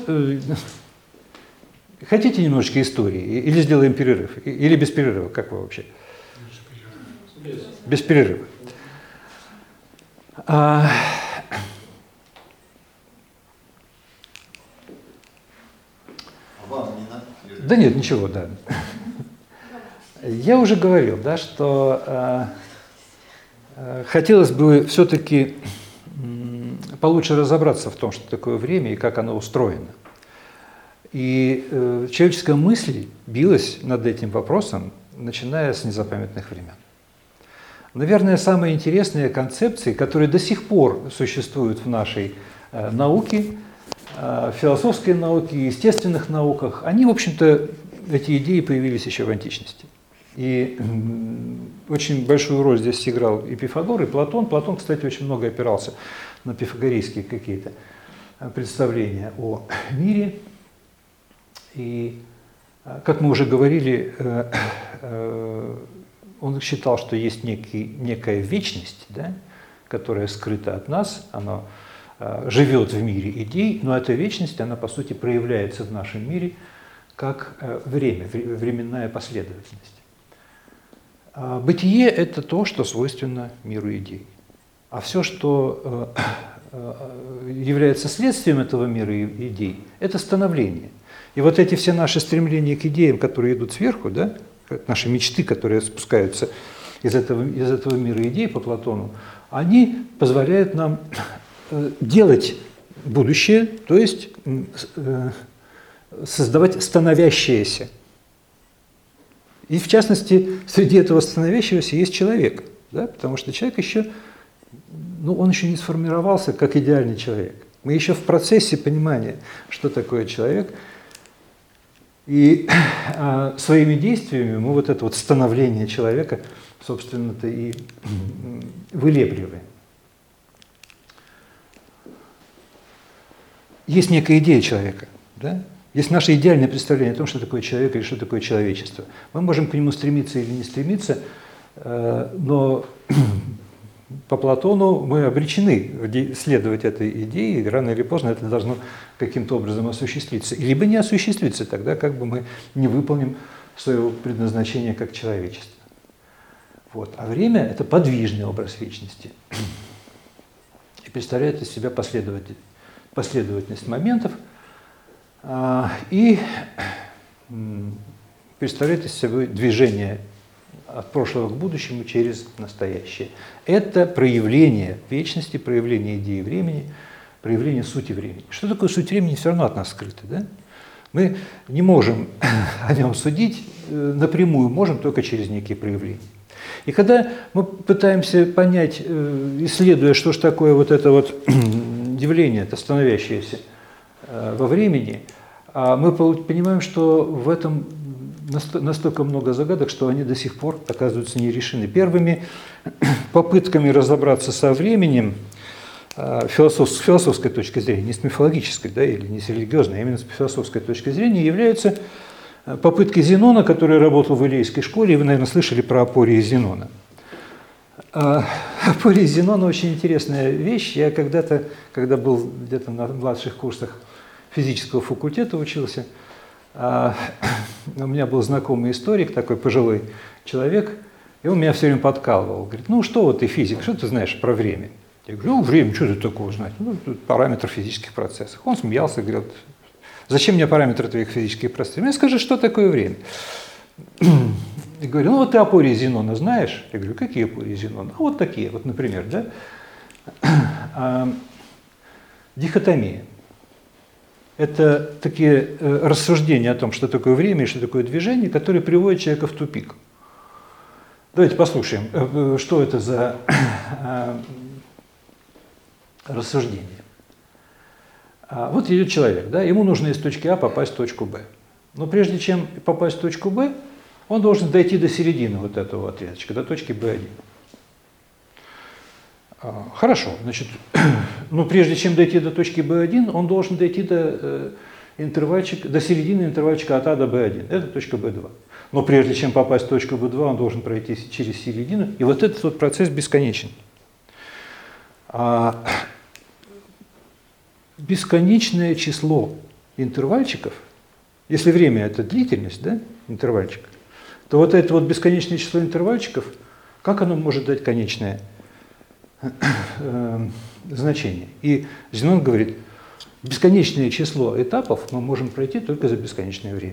хотите немножечко истории? Или сделаем перерыв? Или без перерыва? Как вы вообще? Без перерыва. Да нет, ничего, да. Я уже говорил, да, что хотелось бы все-таки получше разобраться в том, что такое время и как оно устроено. И человеческая мысль билась над этим вопросом, начиная с незапамятных времен. Наверное, самые интересные концепции, которые до сих пор существуют в нашей науке, в философской науке, естественных науках, они, в общем-то, эти идеи появились еще в античности. И очень большую роль здесь сыграл и Пифагор, и Платон. Платон, кстати, очень много опирался на пифагорейские какие-то представления о мире. И, как мы уже говорили, он считал, что есть некая вечность, да, которая скрыта от нас, она живет в мире идей, но эта вечность, она по сути проявляется в нашем мире как время, временная последовательность. Бытие – это то, что свойственно миру идей. А все, что является следствием этого мира идей, это становление. И вот эти все наши стремления к идеям, которые идут сверху, да, наши мечты, которые спускаются из этого мира идей по Платону, они позволяют нам делать будущее, то есть создавать становящееся. И в частности, среди этого становящегося есть человек, да, потому что человек еще, он еще не сформировался как идеальный человек. Мы еще в процессе понимания, что такое человек. И своими действиями мы вот это вот становление человека, собственно-то, и вылепливаем. Есть некая идея человека, да? Есть наше идеальное представление о том, что такое человек или что такое человечество. Мы можем к нему стремиться или не стремиться, но по Платону мы обречены следовать этой идее, и рано или поздно это должно каким-то образом осуществиться. И либо не осуществиться, тогда как бы мы не выполним своего предназначения как человечество. Вот. А время – это подвижный образ вечности. И представляет из себя последовательность моментов, и представляет из себя движение от прошлого к будущему через настоящее. Это проявление вечности, проявление идеи времени, проявление сути времени. Что такое суть времени, все равно от нас скрыто. Да? Мы не можем о нем судить напрямую, можем только через некие проявления. И когда мы пытаемся понять, исследуя, что же такое вот это вот явление, это становящееся во времени, мы понимаем, что в этом настолько много загадок, что они до сих пор оказываются не решены. Первыми попытками разобраться со временем с философской точки зрения, не с мифологической, да, или не с религиозной, а именно с философской точки зрения, являются попытки Зенона, который работал в Илейской школе, и вы, наверное, слышали про Апория Зенона. Апория Зенона очень интересная вещь. Я когда-то, когда был где-то на младших курсах физического факультета учился, у меня был знакомый историк, такой пожилой человек, и он меня все время подкалывал. Говорит, ну что вот ты физик, что ты знаешь про время? Я говорю, время, что ты такого знать? Тут параметр физических процессов. Он смеялся, говорит, зачем мне параметры твоих физических процессов? Мне скажи, что такое время? Я говорю, ну вот ты Апория Зенона знаешь? Я говорю, какие Апории Зенона? А вот такие, вот, например, да? Дихотомия. Это такие рассуждения о том, что такое время и что такое движение, которые приводят человека в тупик. Давайте послушаем, что это за рассуждение. Вот идет человек, да, ему нужно из точки А попасть в точку Б. Но прежде чем попасть в точку Б, он должен дойти до середины вот этого отрезочка, до точки B1. Хорошо, значит, но прежде чем дойти до точки B1, он должен дойти до середины интервальчика от А до B1. Это точка B2. Но прежде чем попасть в точку B2, он должен пройти через середину. И вот этот вот процесс бесконечен. Бесконечное число интервальчиков, если время – это длительность, да, интервальчика, то вот это вот бесконечное число интервальчиков, как оно может дать конечное значение? И Зенон говорит, бесконечное число этапов мы можем пройти только за бесконечное время.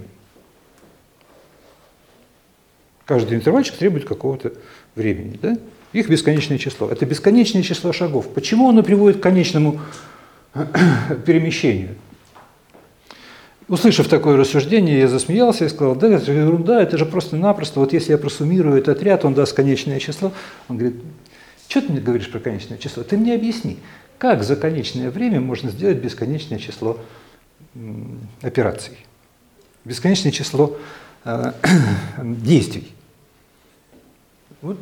Каждый интервальчик требует какого-то времени, да? Их бесконечное число. Это бесконечное число шагов. Почему оно приводит к конечному перемещению? Услышав такое рассуждение, я засмеялся и сказал, да, это же ерунда, это же просто-напросто, вот если я просуммирую этот ряд, он даст конечное число. Он говорит, что ты мне говоришь про конечное число? Ты мне объясни, как за конечное время можно сделать бесконечное число операций, бесконечное число действий. Вот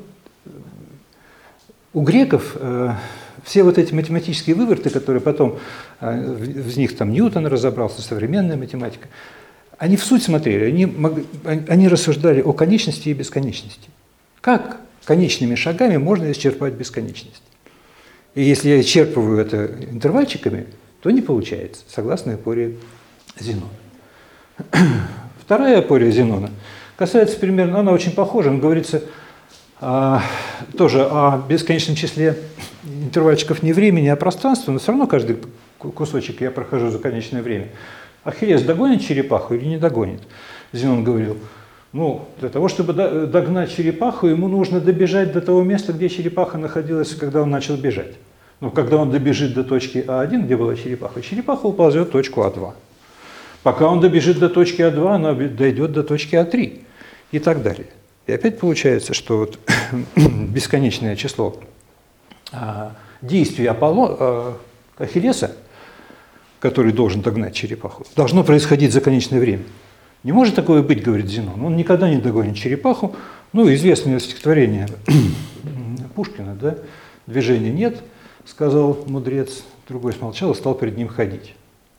у греков все вот эти математические выверты, которые потом, в них там Ньютон разобрался, современная математика, они в суть смотрели, они рассуждали о конечности и бесконечности. Как конечными шагами можно исчерпать бесконечность? И если я исчерпываю это интервальчиками, то не получается, согласно апории Зенона. Вторая апория Зенона касается примерно, она очень похожа, он говорится тоже о бесконечном числе интервальчиков не времени, а пространства, но все равно каждый кусочек я прохожу за конечное время. Ахиллес догонит черепаху или не догонит? Зенон говорил, ну, для того, чтобы догнать черепаху, ему нужно добежать до того места, где черепаха находилась, когда он начал бежать. Но когда он добежит до точки А1, где была черепаха, черепаха уползет в точку А2. Пока он добежит до точки А2, она дойдет до точки А3 и так далее. И опять получается, что вот бесконечное число действий Ахиллеса, который должен догнать черепаху, должно происходить за конечное время. Не может такое быть, говорит Зенон. Он никогда не догонит черепаху. Ну, известное стихотворение Пушкина, да? «Движения нет», сказал мудрец, другой смолчал и стал перед ним ходить.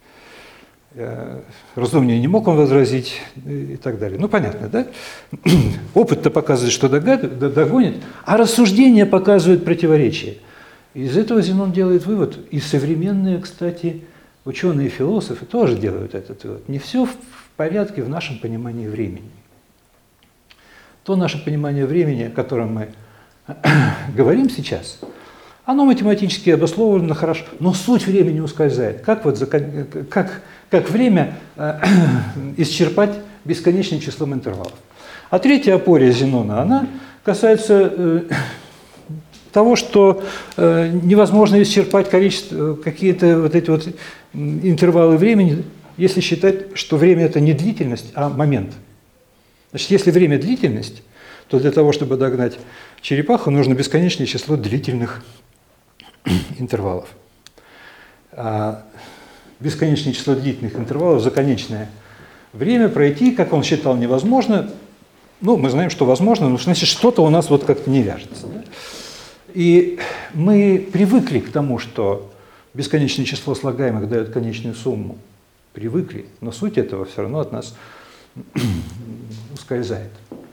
Разумнее не мог он возразить и так далее. Ну, понятно, да? Опыт-то показывает, что догонит, а рассуждения показывают противоречие. Из этого Зенон делает вывод, и современные, кстати, ученые и философы тоже делают этот вывод. Не все в порядке в нашем понимании времени. То наше понимание времени, о котором мы говорим сейчас, оно математически обусловлено хорошо, но суть времени ускользает. Как время исчерпать бесконечным числом интервалов? А третья апория Зенона, она касается того, что невозможно исчерпать количество, какие-то вот эти вот интервалы времени, если считать, что время – это не длительность, а момент. Значит, если время – длительность, то для того, чтобы догнать черепаху, нужно бесконечное число длительных интервалов. А бесконечное число длительных интервалов за конечное время пройти, как он считал, невозможно. Ну, мы знаем, что возможно, но значит, что-то у нас вот как-то не вяжется. Да? И мы привыкли к тому, что бесконечное число слагаемых дает конечную сумму. Привыкли, но суть этого все равно от нас ускользает.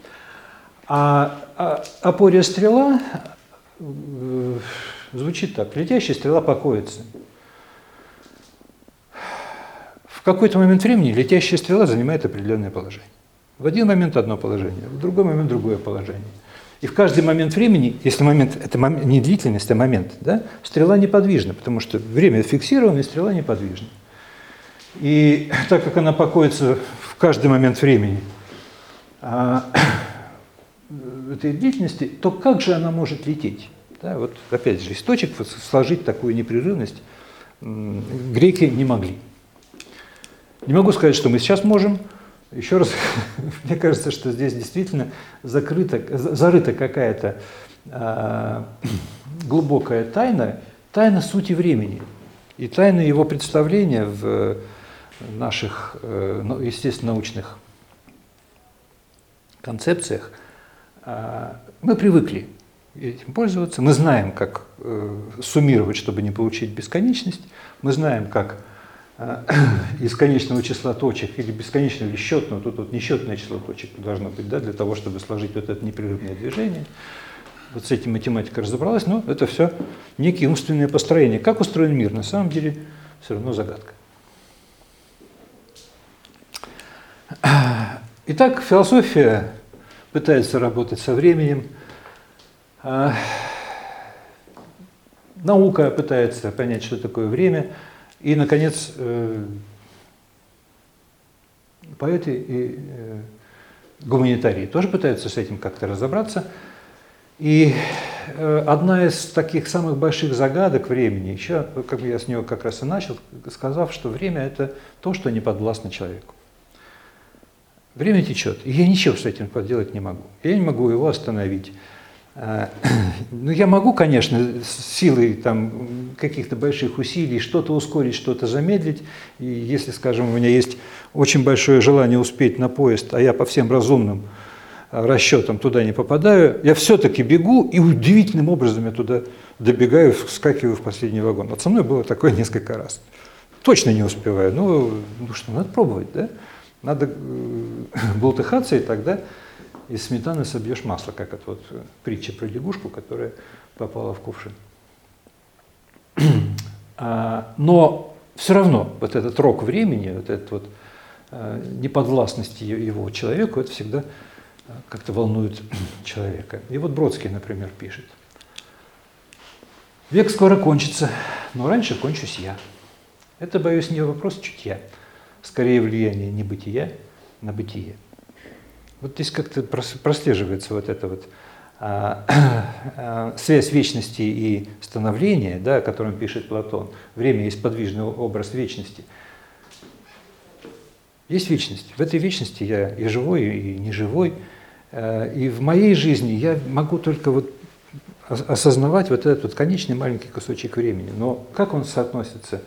А апория стрела звучит так. Летящая стрела покоится. В какой-то момент времени летящая стрела занимает определенное положение. В один момент одно положение, в другой момент другое положение. И в каждый момент времени, если момент – это не длительность, а момент, да, стрела неподвижна, потому что время фиксировано, и стрела неподвижна. И так как она покоится в каждый момент времени этой длительности, то как же она может лететь? Да, вот опять же, из точек сложить такую непрерывность греки не могли. Не могу сказать, что мы сейчас можем. Еще раз, мне кажется, что здесь действительно зарыта какая-то глубокая тайна сути времени и тайна его представления в наших, естественно, научных концепциях. Мы привыкли этим пользоваться, мы знаем, как суммировать, чтобы не получить бесконечность, мы знаем, как из конечного числа точек или бесконечного или счетного, тут несчетное число точек должно быть, да, для того, чтобы сложить вот это непрерывное движение. Вот с этим математика разобралась, но это все некие умственные построения. Как устроен мир, на самом деле, все равно загадка. Итак, философия пытается работать со временем, наука пытается понять, что такое время, и, наконец, поэты и гуманитарии тоже пытаются с этим как-то разобраться. И одна из таких самых больших загадок времени, еще, как я с нее как раз и начал, сказав, что время – это то, что не подвластно человеку. Время течет, и я ничего с этим поделать не могу. Я не могу его остановить. Ну, я могу, конечно, с силой там, каких-то больших усилий что-то ускорить, что-то замедлить. И если, скажем, у меня есть очень большое желание успеть на поезд, а я по всем разумным расчетам туда не попадаю, я все-таки бегу, и удивительным образом я туда добегаю, вскакиваю в последний вагон. Вот со мной было такое несколько раз. Точно не успеваю. Ну что, надо пробовать, да? Надо болтыхаться, и тогда из сметаны собьешь масло, как это вот притча про лягушку, которая попала в кувшин. Но все равно вот этот рок времени, вот этот вот неподвластность его человеку, это всегда как-то волнует человека. И вот Бродский, например, пишет: «Век скоро кончится, но раньше кончусь я. Это, боюсь, не вопрос чутья, скорее влияние небытия на бытие». Вот здесь как-то прослеживается вот эта вот связь вечности и становления, да, о котором пишет Платон. Время есть подвижный образ вечности. Есть вечность. В этой вечности я и живой, и неживой. И в моей жизни я могу только вот осознавать вот этот вот конечный маленький кусочек времени. Но как он соотносится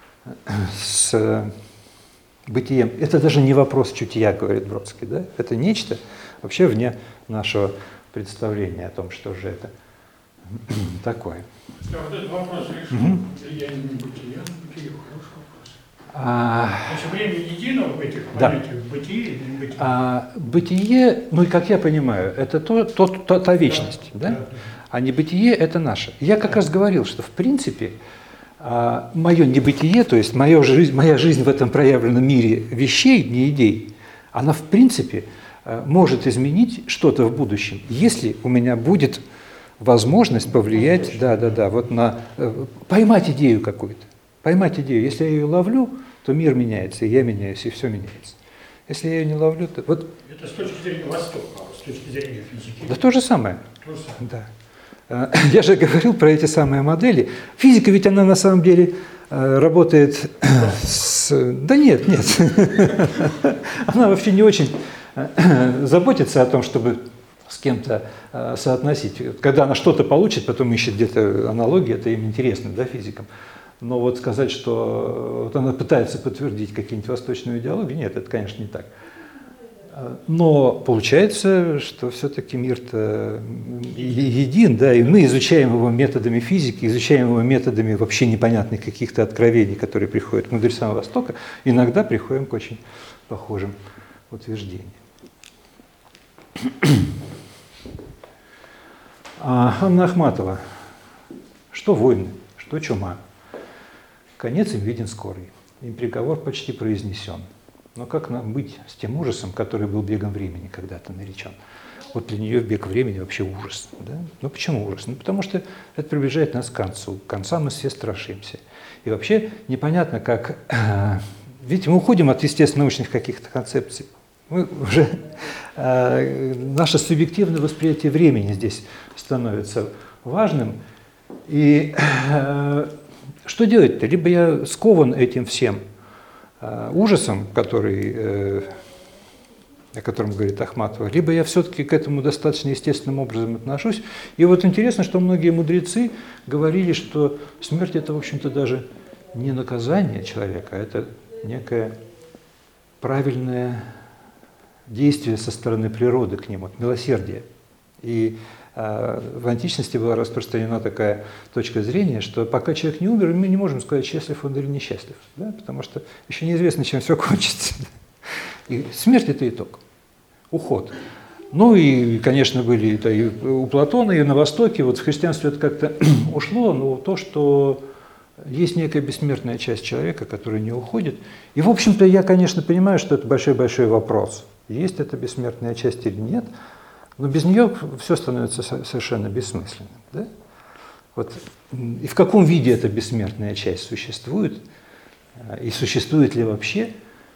с бытием? Это даже не вопрос чутья, говорит Бродский. Да? Это нечто вообще вне нашего представления о том, что же это такое. Да, вот этот вопрос решен. Влияние на бытие, хороший вопрос. Значит, время едино в этих понятиях, бытие или небытие? Бытие, ну и как я понимаю, это та вечность, да? А небытие – это наше. Я как раз говорил, что в принципе мое небытие, то есть моя жизнь в этом проявленном мире вещей, не идей, она в принципе может изменить что-то в будущем, если у меня будет возможность повлиять, вот поймать идею какую-то, поймать идею. Если я ее ловлю, то мир меняется, и я меняюсь, и все меняется. Если я ее не ловлю, то вот. Это с точки зрения Востока, а с точки зрения физики. Да то же самое. То же самое. Да. Я же говорил про эти самые модели. Физика ведь она на самом деле работает с. Да нет. Она вообще не очень заботится о том, чтобы с кем-то соотносить. Когда она что-то получит, потом ищет где-то аналогии, это им интересно, да, физикам. Но вот сказать, что вот она пытается подтвердить какие-нибудь восточную идеологию, нет, это, конечно, не так. Но получается, что все-таки мир-то един, да, и мы изучаем его методами физики, изучаем его методами вообще непонятных каких-то откровений, которые приходят к мудрецам Востока, иногда приходим к очень похожим утверждениям. Анна Ахматова. Что войны, что чума? Конец им виден скорый, им приговор почти произнесен. Но как нам быть с тем ужасом, который был бегом времени когда-то наречен? Вот для нее бег времени вообще ужас. Да? Ну почему ужас? Ну потому что это приближает нас к концу. Конца мы все страшимся. И вообще непонятно, как... Видите, мы уходим от естественно-научных каких-то концепций. Мы уже, наше субъективное восприятие времени здесь становится важным. И что делать-то? Либо я скован этим всем ужасом, о котором говорит Ахматова, либо я все-таки к этому достаточно естественным образом отношусь. И вот интересно, что многие мудрецы говорили, что смерть – это, в общем-то, даже не наказание человека, а это некое правильное действие со стороны природы к нему, милосердие. И в античности была распространена такая точка зрения, что пока человек не умер, мы не можем сказать, счастлив он или несчастлив, да? Потому что еще неизвестно, чем все кончится. И смерть – это итог, уход. Ну и, конечно, были это и у Платона, и на Востоке, вот в христианстве это как-то ушло, но то, что есть некая бессмертная часть человека, которая не уходит. И, в общем-то, я, конечно, понимаю, что это большой-большой вопрос. Есть эта бессмертная часть или нет, но без нее все становится совершенно бессмысленным. Да? Вот. И в каком виде эта бессмертная часть существует? И существует ли вообще?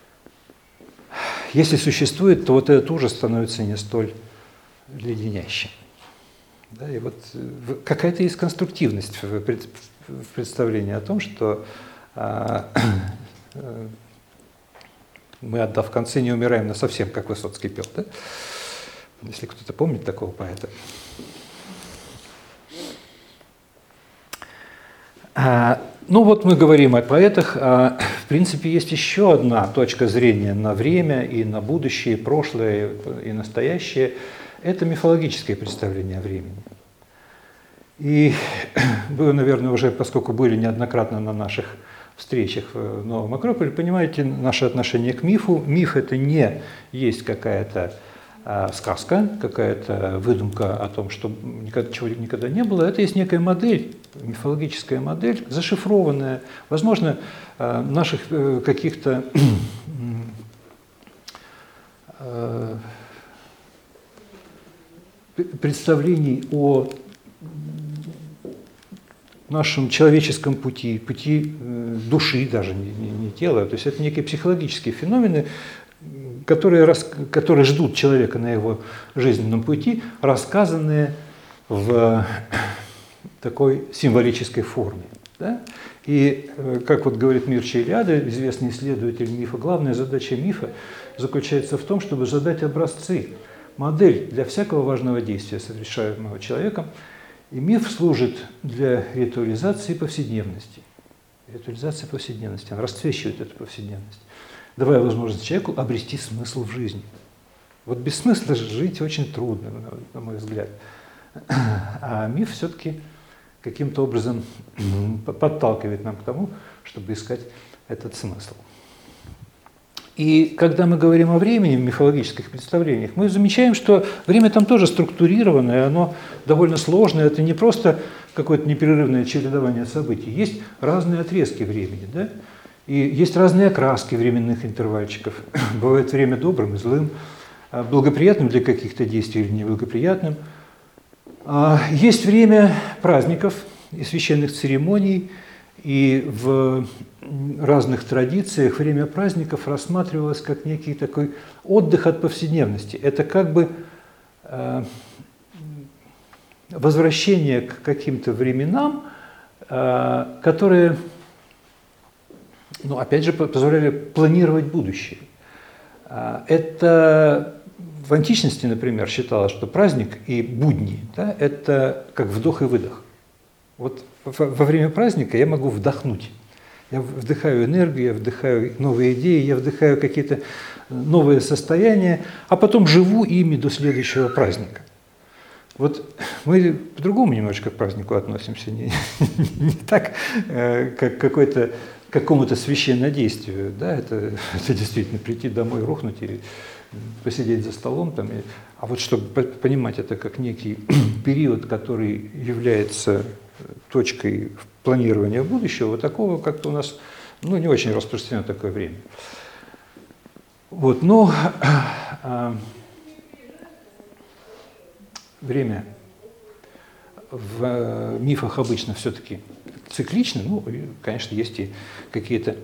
Если существует, то вот этот ужас становится не столь леденящим. Да? И вот какая-то есть конструктивность в представлении о том, что мы, отдав в конце, не умираем насовсем, как Высоцкий пел. Да? Если кто-то помнит такого поэта. Ну вот мы говорим о поэтах, а в принципе есть еще одна точка зрения на время и на будущее, и прошлое, и настоящее. Это мифологическое представление о времени. И вы, наверное, уже, поскольку были неоднократно на наших встречах в Новом Акрополе, понимаете наше отношение к мифу. Миф – это не есть какая-то сказка, какая-то выдумка о том, что чего никогда не было. Это есть некая модель, мифологическая модель, зашифрованная, возможно, наших каких-то представлений о нашем человеческом пути, пути души даже, не тела. То есть это некие психологические феномены, которые ждут человека на его жизненном пути, рассказанные в такой символической форме. Да? И, как вот говорит Мирча Илиада, известный исследователь мифа, главная задача мифа заключается в том, чтобы задать образцы, модель для всякого важного действия, совершаемого человеком. И миф служит для ритуализации повседневности. Ритуализация повседневности, он расцвечивает эту повседневность, давая возможность человеку обрести смысл в жизни. Вот без смысла жить очень трудно, на мой взгляд. А миф все-таки каким-то образом подталкивает нам к тому, чтобы искать этот смысл. И когда мы говорим о времени в мифологических представлениях, мы замечаем, что время там тоже структурированное, оно довольно сложное, это не просто какое-то непрерывное чередование событий. Есть разные отрезки времени, да? И есть разные окраски временных интервальчиков. Бывает время добрым и злым, благоприятным для каких-то действий или неблагоприятным. Есть время праздников и священных церемоний, и в разных традициях время праздников рассматривалось как некий такой отдых от повседневности. Это как бы возвращение к каким-то временам, которые, ну, опять же, позволяли планировать будущее. Это в античности, например, считалось, что праздник и будни, да, это как вдох и выдох. Вот во время праздника я могу вдохнуть. Я вдыхаю энергию, я вдыхаю новые идеи, я вдыхаю какие-то новые состояния, а потом живу ими до следующего праздника. Вот мы по-другому немножечко к празднику относимся, не так, как к какому-то священнодействию. Да? Это действительно прийти домой, рухнуть или посидеть за столом. Там, а вот чтобы понимать это как некий период, который является точкой планирования будущего, вот такого как-то у нас не очень распространено такое время. Вот, но время в мифах обычно все-таки циклично, конечно, есть и какие-то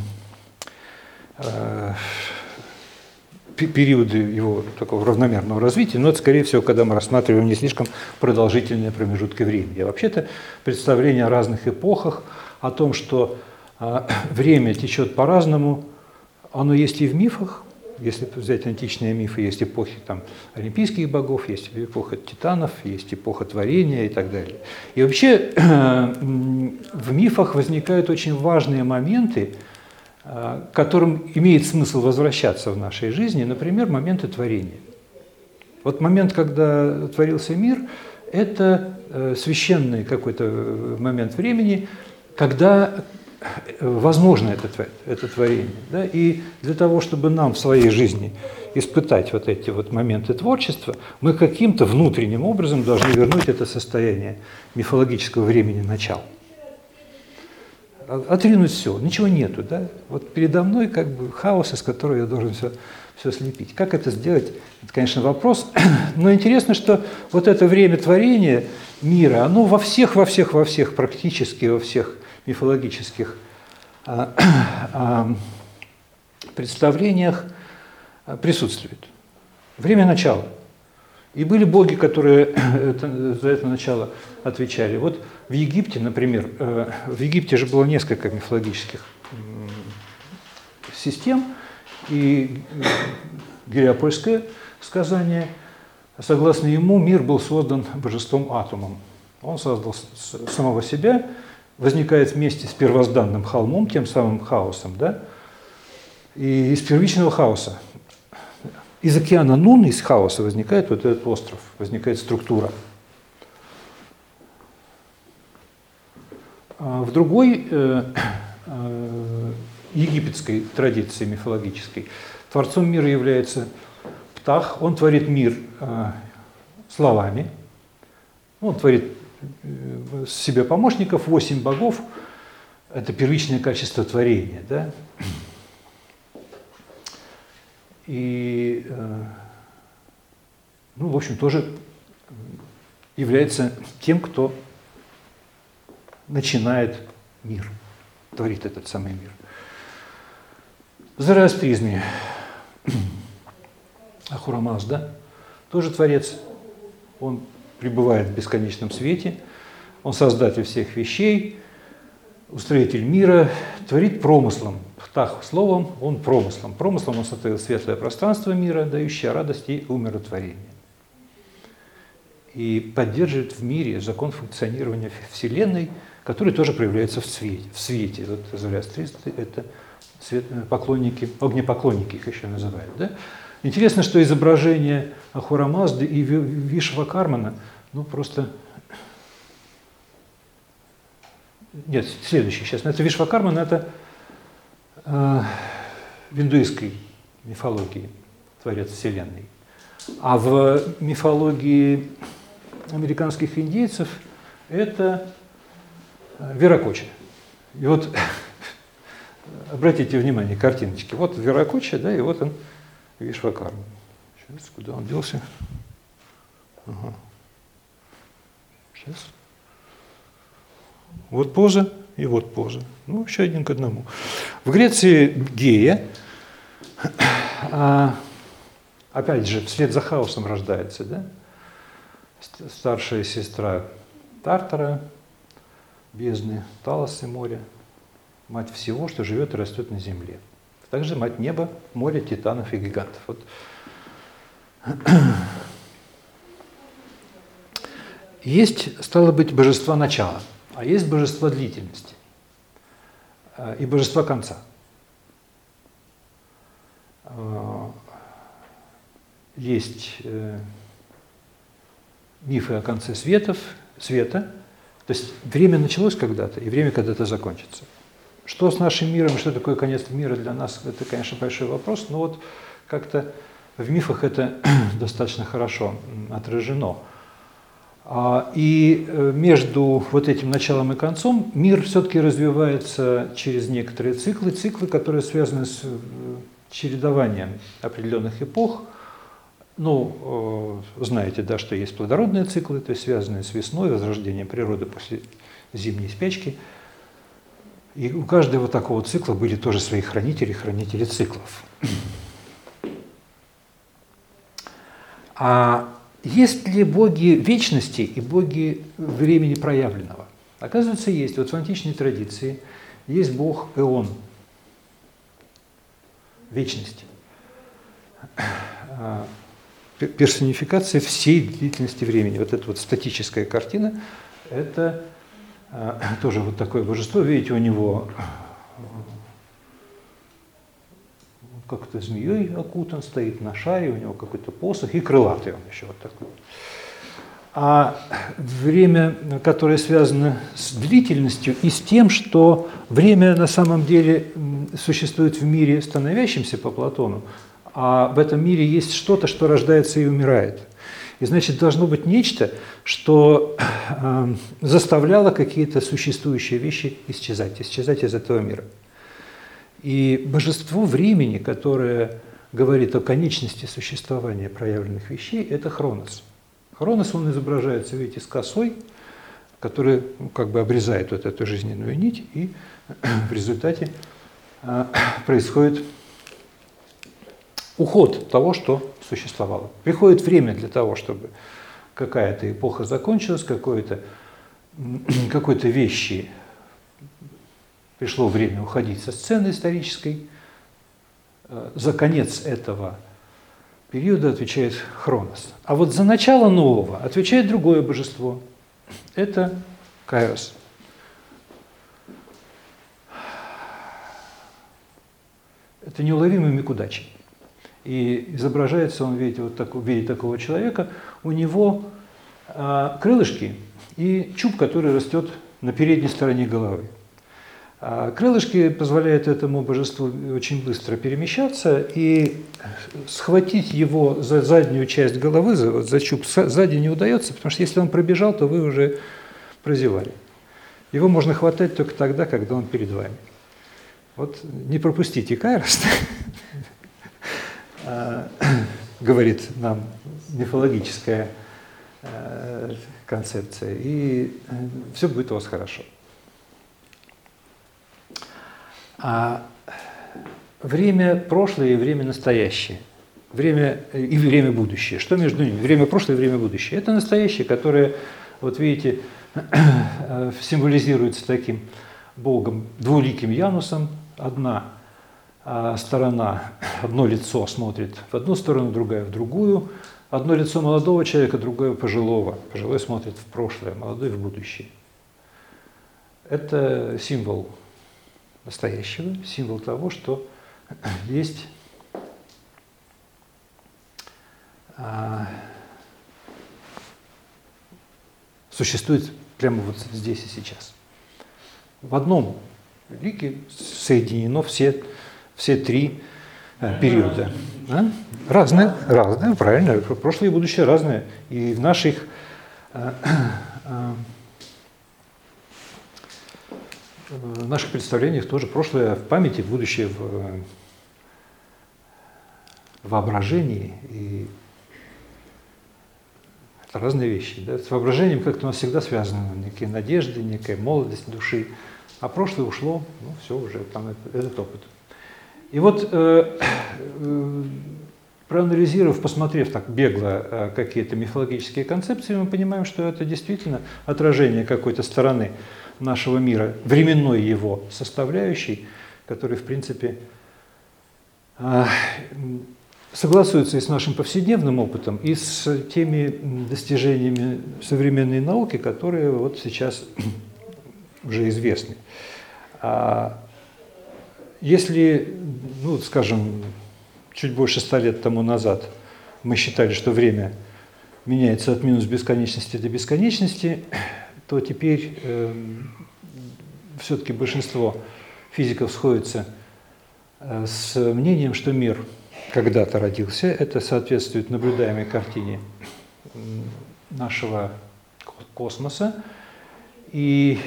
периоды его такого равномерного развития, но это, скорее всего, когда мы рассматриваем не слишком продолжительные промежутки времени. А вообще-то представление о разных эпохах, о том, что время течет по-разному, оно есть и в мифах. Если взять античные мифы, есть эпохи там, олимпийских богов, есть эпоха титанов, есть эпоха творения и так далее. И вообще в мифах возникают очень важные моменты, к которым имеет смысл возвращаться в нашей жизни, например, моменты творения. Вот момент, когда творился мир, это священный какой-то момент времени, когда возможно это творение. Да? И для того, чтобы нам в своей жизни испытать вот эти вот моменты творчества, мы каким-то внутренним образом должны вернуть это состояние мифологического времени начала. Отринуть все, ничего нету, да? Вот передо мной как бы хаос, из которого я должен все слепить. Как это сделать? Это, конечно, вопрос. Но интересно, что вот это время творения мира, оно во всех, практически во всех мифологических представлениях присутствует. Время начала. И были боги, которые за это начало отвечали. Вот в Египте, например, в Египте же было несколько мифологических систем, и Гелиопольское сказание, согласно ему, мир был создан божеством Атумом. Он создал самого себя возникает вместе с первозданным холмом, тем самым хаосом, да? И из первичного хаоса, из океана Нун, из хаоса возникает вот этот остров, возникает структура. В другой египетской традиции мифологической творцом мира является Птах. Он творит мир словами, он творит себе помощников, 8 богов. Это первичное качество творения, да? И, ну, в общем, тоже является тем, кто начинает мир, творит этот самый мир. В зороастризме Ахура Мазда тоже творец, он пребывает в бесконечном свете, он создатель всех вещей, устроитель мира, творит промыслом. Птах словом, он промыслом. Промыслом он сотворил светлое пространство мира, дающее радость и умиротворение. И поддерживает в мире закон функционирования Вселенной, который тоже проявляется в свете. Вот зороастристы – это поклонники, огнепоклонники их еще называют. Да? Интересно, что изображение Ахура Мазды и Вишвакармана, ну просто… Нет, следующий сейчас. Это Вишвакарман, это в индуистской мифологии творец Вселенной. А в мифологии американских индейцев это Виракоча. И вот обратите внимание, картиночки. Вот Виракоча, да, и вот он Вишвакарман. Сейчас, куда он делся? Ага. Сейчас. Вот поза и вот поза. Ну, еще один к одному. В Греции Гея, опять же, вслед за хаосом рождается, да? Старшая сестра Тартара, бездны, Талоса моря, мать всего, что живет и растет на земле. Также мать неба, моря, титанов и гигантов. Вот. Есть, стало быть, божества начала, а есть божества длительности и божества конца. Есть мифы о конце света, то есть время началось когда-то, и время когда-то закончится. Что с нашим миром, что такое конец мира для нас, это, конечно, большой вопрос, но вот как-то в мифах это достаточно хорошо отражено. И между вот этим началом и концом мир все-таки развивается через некоторые циклы, которые связаны с чередованием определенных эпох. Ну, знаете, да, что есть плодородные циклы, то есть связанные с весной, возрождением природы после зимней спячки. И у каждого такого цикла были тоже свои хранители циклов. А есть ли боги вечности и боги времени проявленного? Оказывается, есть. Вот в античной традиции есть бог Эон, вечности. Персонификация всей длительности времени. Вот эта вот статическая картина, это тоже вот такое божество. Видите, у него как-то змеей окутан, стоит на шаре, у него какой-то посох и крылатый он еще вот такой. А время, которое связано с длительностью и с тем, что время на самом деле существует в мире, становящемся по Платону, а в этом мире есть что-то, что рождается и умирает. И значит, должно быть нечто, что заставляло какие-то существующие вещи исчезать из этого мира. И божество времени, которое говорит о конечности существования проявленных вещей, это Хронос. Хронос, он изображается, видите, с косой, которая как бы обрезает вот эту жизненную нить, и в результате происходит уход того, что существовало. Приходит время для того, чтобы какая-то эпоха закончилась, какой-то вещи пришло время уходить со сцены исторической. За конец этого периода отвечает Хронос. А вот за начало нового отвечает другое божество. Это Кайрос. это неуловимый миг удачи. И изображается он в виде такого человека, у него крылышки и чуб, который растет на передней стороне головы. Крылышки позволяют этому божеству очень быстро перемещаться, и схватить его за заднюю часть головы, за чуб сзади не удается, потому что если он пробежал, то вы уже прозевали. Его можно хватать только тогда, когда он перед вами. Вот не пропустите Кайрос, говорит нам мифологическая концепция, и все будет у вас хорошо. Время прошлое и время настоящее, время и время будущее. Что между ними? Время прошлое и время будущее. Это настоящее, которое, вот видите, символизируется таким богом, двуликим Янусом. Одна сторона, одно лицо смотрит в одну сторону, другая в другую. Одно лицо молодого человека, другое пожилого. Пожилой смотрит в прошлое, молодой в будущее. Это символ настоящего, символ того, что есть существует прямо вот здесь и сейчас. В одном лике соединено все три периода. Разные, правильно, прошлое и будущее разные. И в наших представлениях тоже прошлое в памяти, будущее в воображении. И это разные вещи. Да? С воображением как-то у нас всегда связаны некие надежды, некая молодость души. А прошлое ушло, ну все, уже там этот опыт. И вот проанализировав, посмотрев так бегло какие-то мифологические концепции, мы понимаем, что это действительно отражение какой-то стороны нашего мира, временной его составляющей, который, в принципе, согласуется и с нашим повседневным опытом, и с теми достижениями современной науки, которые вот сейчас уже известны. Если, ну, скажем, чуть больше 100 лет тому назад мы считали, что время меняется от минус бесконечности до бесконечности, то теперь все-таки большинство физиков сходится с мнением, что мир когда-то родился. Это соответствует наблюдаемой картине нашего космоса. И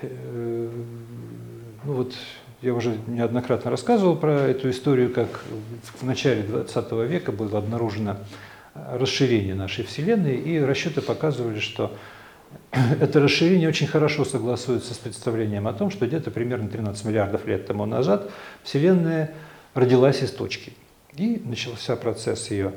ну вот, я уже неоднократно рассказывал про эту историю, как в начале 20 века было обнаружено расширение нашей Вселенной, и расчеты показывали, что это расширение очень хорошо согласуется с представлением о том, что где-то примерно 13 миллиардов лет тому назад Вселенная родилась из точки. И начался процесс ее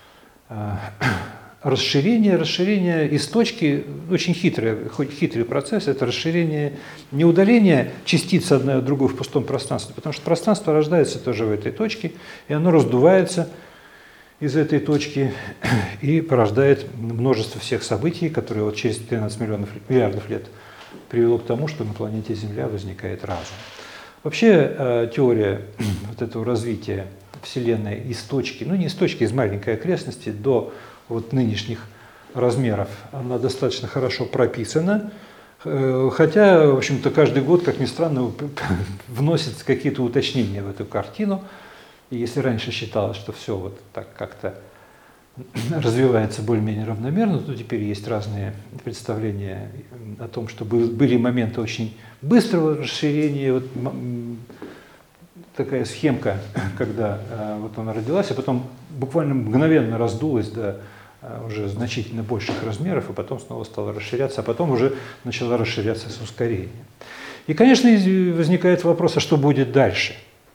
расширения. Расширение из точки очень хитрый процесс. Это расширение, не удаление частиц одной от другой в пустом пространстве, потому что пространство рождается тоже в этой точке, и оно раздувается из этой точки и порождает множество всех событий, которые вот через 13 миллиардов лет привело к тому, что на планете Земля возникает разум. Вообще теория вот этого развития Вселенной из точки, ну не из точки, из маленькой окрестности до вот нынешних размеров, она достаточно хорошо прописана, хотя, в общем-то, каждый год, как ни странно, вносятся какие-то уточнения в эту картину. И если раньше считалось, что все вот так как-то развивается более-менее равномерно, то теперь есть разные представления о том, что были моменты очень быстрого расширения, вот такая схемка, когда вот она родилась, а потом буквально мгновенно раздулась до уже значительно больших размеров, и потом снова стала расширяться, а потом уже начала расширяться с ускорением. И, конечно, возникает вопрос, а что будет дальше?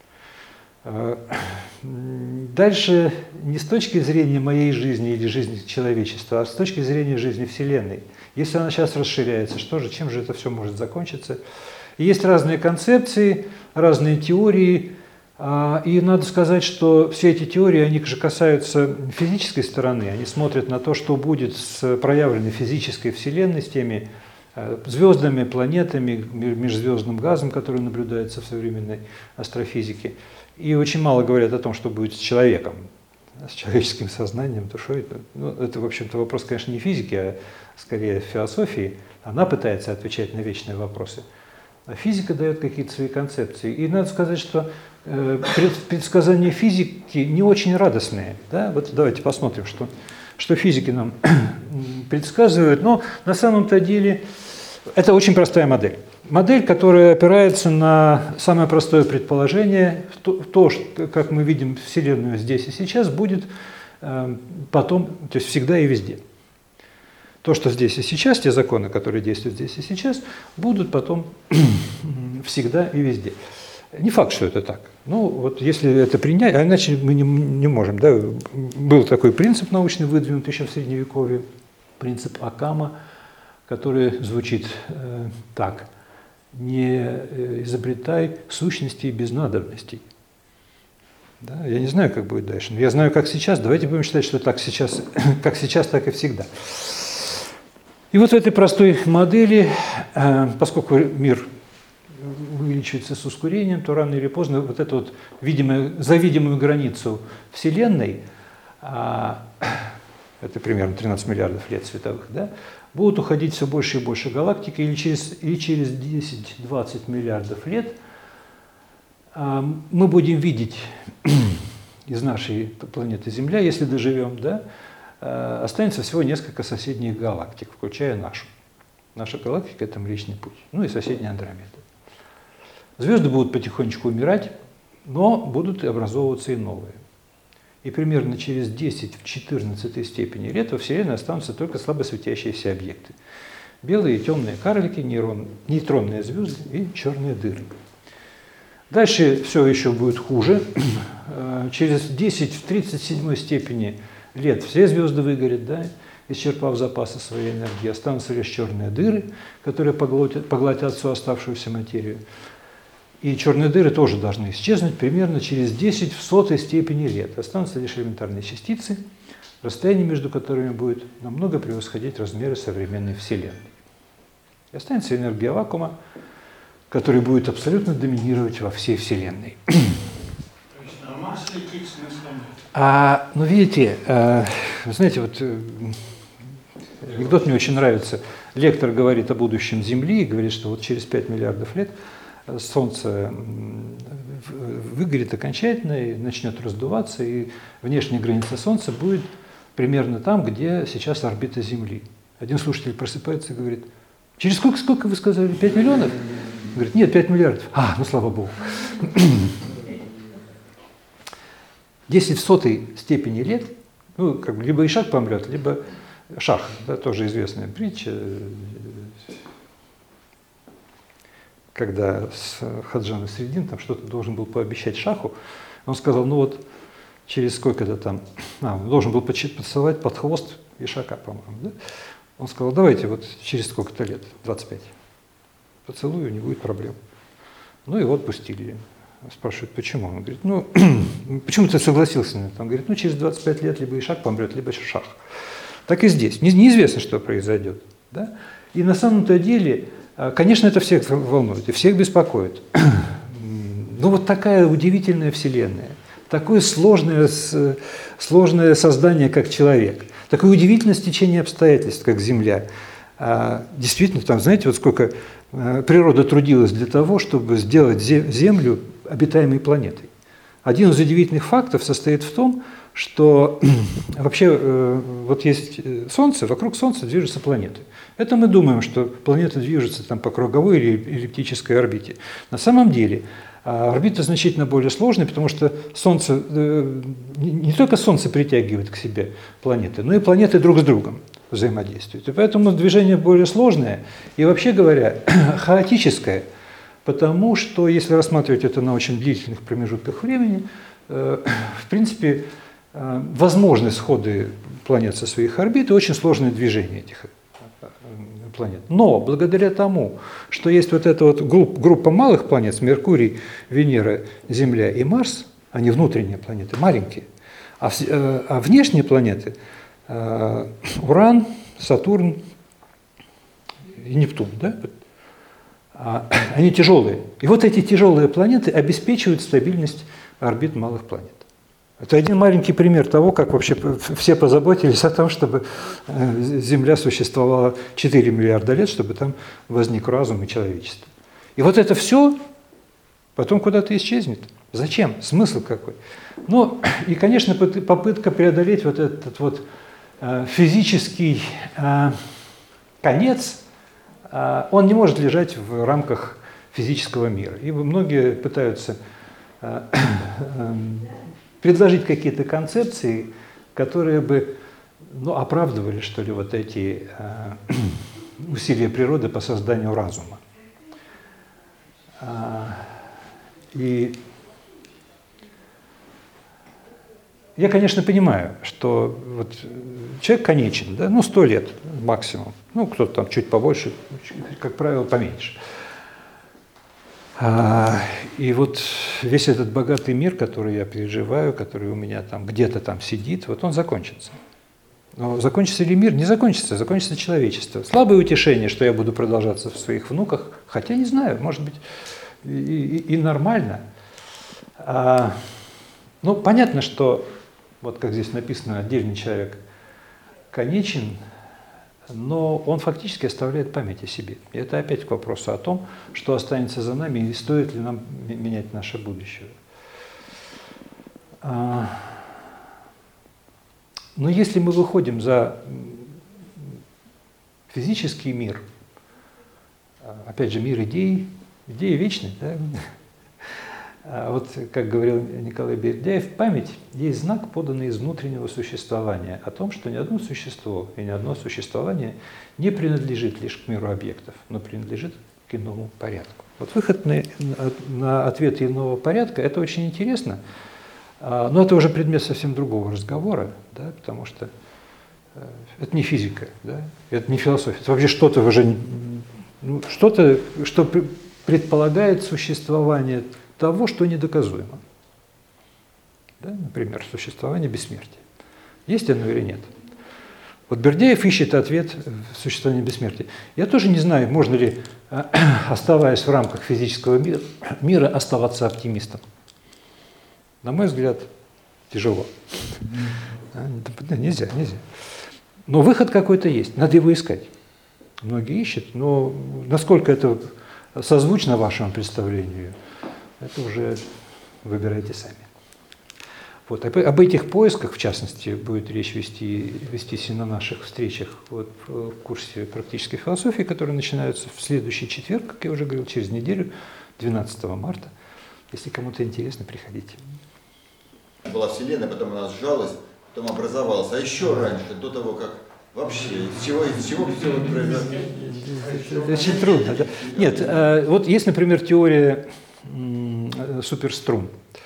Дальше не с точки зрения моей жизни или жизни человечества, а с точки зрения жизни Вселенной. Если она сейчас расширяется, чем же это все может закончиться? И есть разные концепции, разные теории, и надо сказать, что все эти теории, они же касаются физической стороны, они смотрят на то, что будет с проявленной физической Вселенной, с теми звездами, планетами, межзвездным газом, который наблюдается в современной астрофизике. И очень мало говорят о том, что будет с человеком, с человеческим сознанием, душой. Ну, это, в общем-то, вопрос, конечно, не физики, а скорее философии. Она пытается отвечать на вечные вопросы. А физика дает какие-то свои концепции. И надо сказать, что предсказания физики не очень радостные. Да? Вот давайте посмотрим, что физики нам предсказывают. Но на самом-то деле это очень простая модель. Модель, которая опирается на самое простое предположение, то, что, как мы видим Вселенную здесь и сейчас, будет потом, то есть всегда и везде. То, что здесь и сейчас, те законы, которые действуют здесь и сейчас, будут потом всегда и везде. Не факт, что это так. Ну, вот если это принять, а иначе мы не можем. Да? Был такой принцип научный, выдвинут еще в Средневековье, принцип Оккама, который звучит так. Не изобретай сущностей без надобностей. Да? Я не знаю, как будет дальше, но я знаю, как сейчас. Давайте будем считать, что так сейчас, как сейчас, так и всегда. И вот в этой простой модели, поскольку мир увеличивается с ускорением, то рано или поздно вот эту вот за видимую границу Вселенной, это примерно 13 миллиардов лет световых, да, будут уходить все больше и больше галактик, и через 10-20 миллиардов лет мы будем видеть из нашей планеты Земля, если доживем, да, останется всего несколько соседних галактик, включая нашу. Наша галактика – это Млечный Путь, ну и соседняя Андромеда. Звезды будут потихонечку умирать, но будут образовываться и новые. И примерно через 10 в 14 степени лет во Вселенной останутся только слабо светящиеся объекты. Белые и темные карлики, нейтронные звезды и черные дыры. Дальше все еще будет хуже. Через 10 в 37 степени лет все звезды выгорят, да, исчерпав запасы своей энергии. Останутся лишь черные дыры, которые поглотят всю оставшуюся материю. И черные дыры тоже должны исчезнуть примерно через 10 в 100 степени лет. Останутся лишь элементарные частицы, расстояние между которыми будет намного превосходить размеры современной Вселенной. И останется энергия вакуума, который будет абсолютно доминировать во всей Вселенной. То есть на Марс летит смысла нет? Ну, видите, знаете, вот анекдот мне очень нравится. Лектор говорит о будущем Земли и говорит, что вот через 5 миллиардов лет Солнце выгорит окончательно и начнет раздуваться, и внешняя граница Солнца будет примерно там, где сейчас орбита Земли. Один слушатель просыпается и говорит: через сколько вы сказали, 5 миллионов? Говорит: нет, 5 миллиардов. Ну слава Богу. 10 в 100 степени лет, ну, как бы либо Ишак помрет, либо Шах, да, тоже известная притча, когда Хаджан Насреддин там что-то должен был пообещать Шаху, он сказал: ну вот через сколько-то там, он должен был поцеловать под хвост Ишака, по-моему, да? Он сказал: давайте вот через сколько-то лет, 25, поцелую, не будет проблем. Ну и вот пустили. Спрашивают, почему? Он говорит: ну, почему ты согласился на это? Он говорит: ну, через 25 лет либо Ишак помрет, либо Шах. Так и здесь. Неизвестно, что произойдет. Да? И на самом-то деле, конечно, это всех волнует и всех беспокоит. Ну, вот такая удивительная Вселенная, такое сложное создание, как человек, такое удивительное стечение обстоятельств, как Земля. Действительно, там, знаете, вот сколько природа трудилась для того, чтобы сделать Землю обитаемой планетой. Один из удивительных фактов состоит в том, что вообще вот есть Солнце, вокруг Солнца движутся планеты. Это мы думаем, что планеты движутся там по круговой или эллиптической орбите. На самом деле орбита значительно более сложная, потому что Солнце, не только Солнце притягивает к себе планеты, но и планеты друг с другом взаимодействуют. И поэтому движение более сложное и, вообще говоря, хаотическое, потому что, если рассматривать это на очень длительных промежутках времени, в принципе, возможны сходы планет со своих орбит и очень сложное движение этих планет. Но благодаря тому, что есть вот эта вот группа малых планет, Меркурий, Венера, Земля и Марс, они внутренние планеты, маленькие, а внешние планеты Уран, Сатурн и Нептун, да? Они тяжелые. И вот эти тяжелые планеты обеспечивают стабильность орбит малых планет. Это один маленький пример того, как вообще все позаботились о том, чтобы Земля существовала 4 миллиарда лет, чтобы там возник разум и человечество. И вот это все потом куда-то исчезнет. Зачем? Смысл какой? Ну, и, конечно, попытка преодолеть вот этот вот физический конец, он не может лежать в рамках физического мира. И многие пытаются предложить какие-то концепции, которые бы оправдывали, что ли, вот эти усилия природы по созданию разума. И я, конечно, понимаю, что вот человек конечен, да, 100 лет максимум, кто-то там чуть побольше, как правило, поменьше. И вот весь этот богатый мир, который я переживаю, который у меня там где-то там сидит, вот он закончится. Но закончится ли мир? Не закончится, закончится человечество. Слабое утешение, что я буду продолжаться в своих внуках, хотя не знаю, может быть, и нормально. Понятно, что, вот как здесь написано, отдельный человек конечен, но он фактически оставляет память о себе. И это опять к вопросу о том, что останется за нами и стоит ли нам менять наше будущее. Но если мы выходим за физический мир, опять же, мир идей, идеи вечны, да? Вот, как говорил Николай Бердяев, память есть знак, поданный из внутреннего существования, о том, что ни одно существо и ни одно существование не принадлежит лишь к миру объектов, но принадлежит к иному порядку. Вот выход на ответ иного порядка – это очень интересно, но это уже предмет совсем другого разговора, да, потому что это не физика, да, это не философия, это вообще что-то уже, что-то, что предполагает существование того, что недоказуемо. Да? Например, существование бессмертия. Есть оно или нет? Вот Бердяев ищет ответ в существовании бессмертия. Я тоже не знаю, можно ли, оставаясь в рамках физического мира, оставаться оптимистом. На мой взгляд, тяжело. Нельзя. Но выход какой-то есть, надо его искать. Многие ищут, но насколько это созвучно вашему представлению, это уже выбирайте сами. Вот. Об этих поисках, в частности, будет речь вестись и на наших встречах в курсе практической философии, которые начинаются в следующий четверг, как я уже говорил, через неделю, 12 марта. Если кому-то интересно, приходите. Была Вселенная, потом она сжалась, потом образовалась. А еще раньше, до того, как вообще, из чего все произошло? Это очень трудно. Да? Нет, вот есть, например, теория суперструн.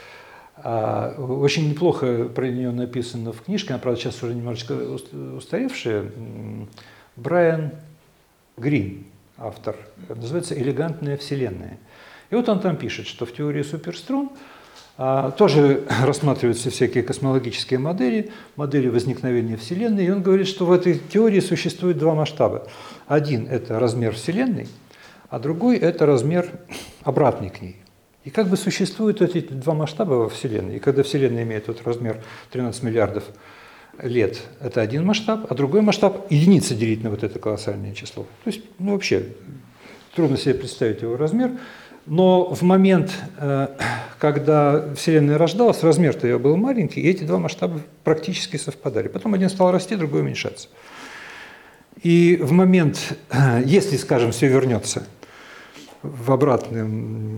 Очень неплохо про нее написано в книжке, она, правда, сейчас уже немножечко устаревшая. Брайан Грин, автор, называется «Элегантная Вселенная». И вот он там пишет, что в теории суперструн тоже рассматриваются всякие космологические модели возникновения Вселенной, и он говорит, что в этой теории существует два масштаба. Один – это размер Вселенной, а другой – это размер обратный к ней. И как бы существуют эти два масштаба во Вселенной. И когда Вселенная имеет вот размер 13 миллиардов лет, это один масштаб, а другой масштаб – единица делить на вот это колоссальное число. То есть, вообще, трудно себе представить его размер. Но в момент, когда Вселенная рождалась, размер-то ее был маленький, и эти два масштаба практически совпадали. Потом один стал расти, другой уменьшаться. И в момент, если, скажем, все вернется обратно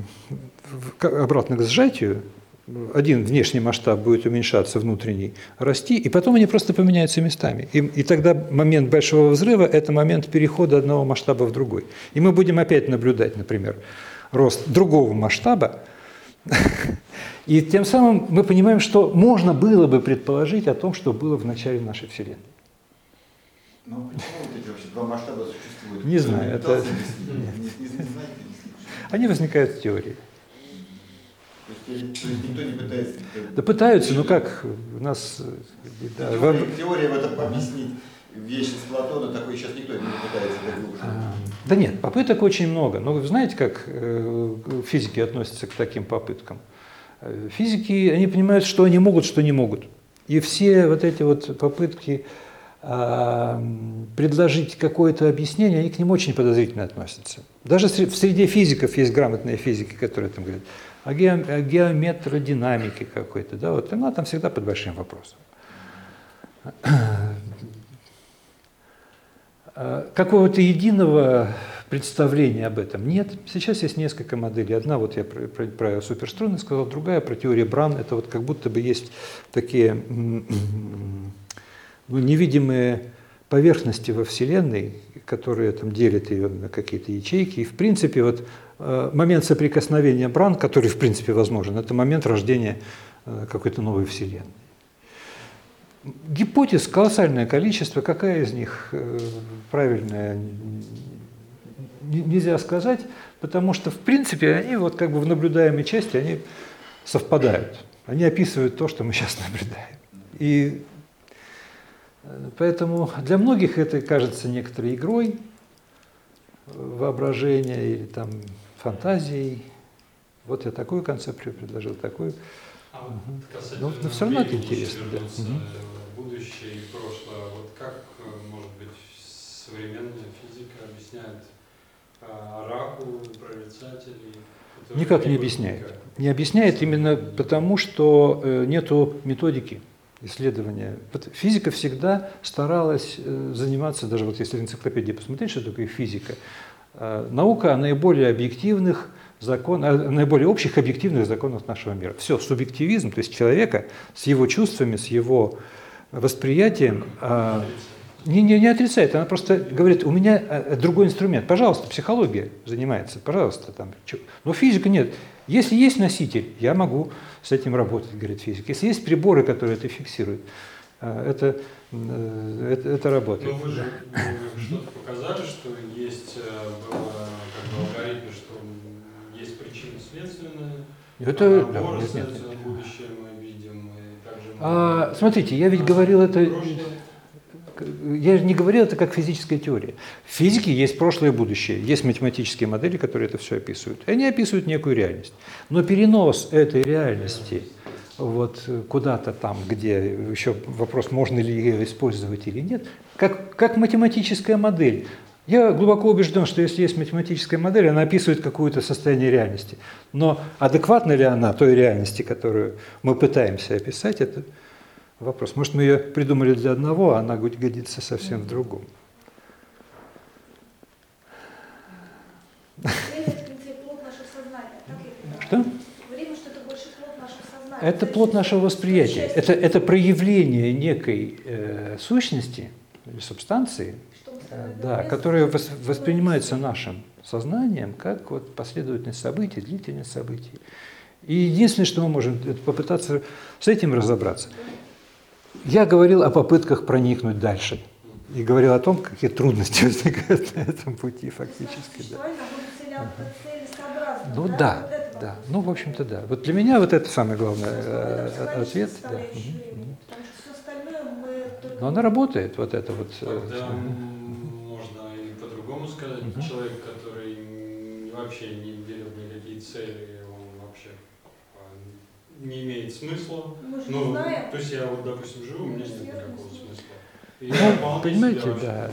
к сжатию, один внешний масштаб будет уменьшаться, внутренний расти, и потом они просто поменяются местами. И тогда момент большого взрыва – это момент перехода одного масштаба в другой. И мы будем опять наблюдать, например, рост другого масштаба, и тем самым мы понимаем, что можно было бы предположить о том, что было в начале нашей Вселенной. Ну, почему вот эти вообще два масштаба существуют? Не знаю. Это... Они возникают в теории. То есть никто не пытается... Да пытаются, но как у нас... Да, теория в этом объяснить вечность Платона, такой сейчас никто не пытается доглубже. Да нет, попыток очень много. Но вы знаете, как физики относятся к таким попыткам? Физики, они понимают, что они могут, что не могут. И все вот эти вот попытки предложить какое-то объяснение, они к ним очень подозрительно относятся. Даже в среде физиков есть грамотные физики, которые там говорят о геометродинамике какой-то, да, вот она там всегда под большим вопросом. Какого-то единого представления об этом нет. Сейчас есть несколько моделей. Одна, вот я про суперструны сказал, другая про теорию Браун. Это вот как будто бы есть такие невидимые поверхности во Вселенной, которые там делят ее на какие-то ячейки. И в принципе вот момент соприкосновения Браун, который в принципе возможен, это момент рождения какой-то новой Вселенной. Гипотез колоссальное количество, какая из них правильная, нельзя сказать, потому что в принципе они вот как бы в наблюдаемой части они совпадают, они описывают то, что мы сейчас наблюдаем. И поэтому для многих это кажется некоторой игрой воображения или там фантазией. Вот я такую концепцию предложил, такую. Но все равно это интересно. Да. Будущее и прошлое. Вот как, может быть, современная физика объясняет оракулы, прорицателей? Никак не объясняет. Не объясняет именно потому, что нету методики исследования. Физика всегда старалась заниматься, даже вот если в энциклопедии посмотреть, что такое физика, наука о наиболее объективных законах, наиболее общих объективных законах нашего мира. Все, субъективизм, то есть человека с его чувствами, с его восприятием не отрицает, она просто говорит, у меня другой инструмент. Пожалуйста, психология занимается, пожалуйста. Там. Но физика нет. Если есть носитель, я могу с этим работать, говорит физик. Если есть приборы, которые это фиксируют, это работает. Но вы же что-то показали, что есть алгоритм, что есть причинно-следственное, будущее мы видим. И также смотрите, я ведь говорил это... Я не говорил это как физическая теория. В физике есть прошлое и будущее. Есть математические модели, которые это все описывают. Они описывают некую реальность. Но перенос этой реальности вот куда-то там, где еще вопрос, можно ли ее использовать или нет, как математическая модель. Я глубоко убежден, что если есть математическая модель, она описывает какое-то состояние реальности. Но адекватна ли она той реальности, которую мы пытаемся описать, это вопрос. Может, мы ее придумали для одного, а она годится совсем в другом. Что? Это плод нашего восприятия. Это проявление некой сущности или субстанции, да, которая воспринимается нашим сознанием как вот последовательность событий, длительность событий. И единственное, что мы можем, это попытаться с этим разобраться. Я говорил о попытках проникнуть дальше. И говорил о том, какие трудности возникают на этом пути фактически. Да. Ну да, да. Ну, в общем-то, да. Вот для меня вот это самый главный ответ. Да. Но она работает, вот это вот. Тогда можно и по-другому сказать. Человек, который вообще не верил в никакие цели, он вообще не имеет смысла. Ну, то есть я вот, допустим, живу, у меня нет никакого смысла. И ну, понимаете, да.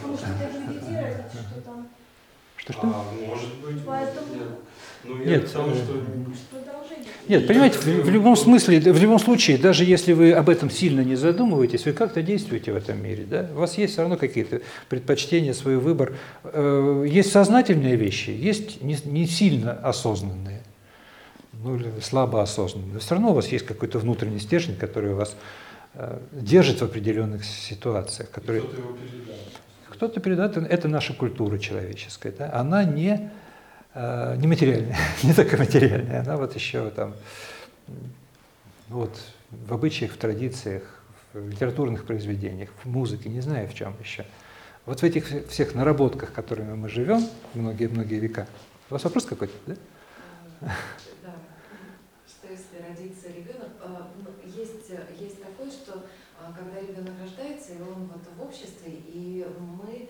Что? Может быть. Нет, нет, понимаете, в любом смысле, в любом случае, даже если вы об этом сильно не задумываетесь, вы как-то действуете в этом мире, да? У вас есть все равно какие-то предпочтения, свой выбор. Есть сознательные вещи, есть не сильно осознанные, ну или слабо осознанные. Но все равно у вас есть какой-то внутренний стержень, который вас держит в определенных ситуациях. Который... Кто-то его передает. Кто-то передает, это наша культура человеческая, да? Она не материальная, не только материальная, она вот еще там вот, в обычаях, в традициях, в литературных произведениях, в музыке, не знаю в чем еще. Вот в этих всех наработках, которыми мы живем многие-многие века. У вас вопрос какой-то, да? Да. Что если родится ребенок, есть такое, что когда ребенок рождается, и он вот в обществе, и мы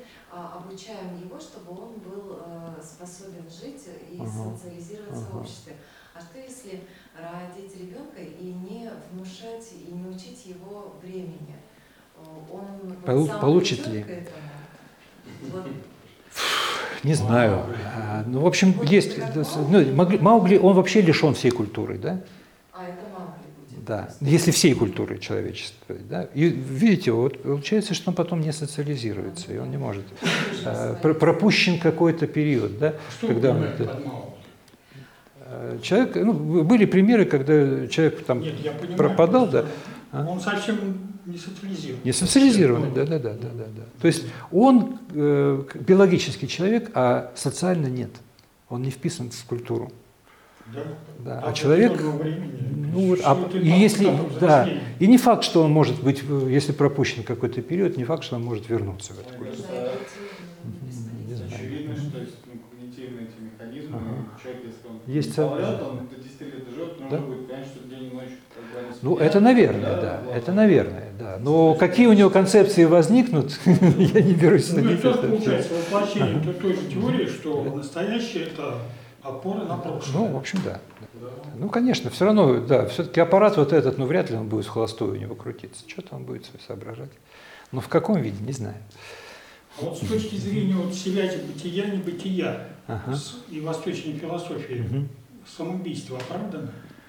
обучаем его, чтобы он был способен жить и социализироваться в обществе. А что если родить ребенка и не внушать, и не учить его времени? Он сам получит придет ли? к этому? Вот. Не знаю. Ну, в общем, есть. Маугли, он вообще лишен всей культуры, да? А это Маугли будет? Да, если всей культуры человечества. Да? И видите, вот получается, что он потом не социализируется, и он не может. Пропущен какой-то период, да? Что когда вы он, понимаете под Маугли? человек, ну, были примеры, когда человек там Нет, я понимаю, пропадал, да? Он совсем не социализирован. Не социализированный, да. То есть он биологический человек, а социально нет. Он не вписан в культуру. Да. А человек, ну вот, и если, да, и не факт, что он может быть, если пропущен какой-то период, не факт, что он может вернуться в эту культуру. Очевидно, что есть когнитивные эти механизмы. Человек, если он есть он до 10 лет живет, нужно будет понять, что день и ночь. Ну, это наверное, да. Это наверное, да. Но какие у него концепции возникнут, я не берусь судить. Это получается воплощение той же теории, что настоящее – это опора на прошлое. Ну, в общем, да. Ну, конечно, все равно, да, все-таки аппарат вот этот, ну, вряд ли он будет в холостую у него крутиться. Что-то он будет соображать. Но в каком виде, не знаю. А вот с точки зрения вот связи бытия и небытия и восточной философии, самоубийство оправдано?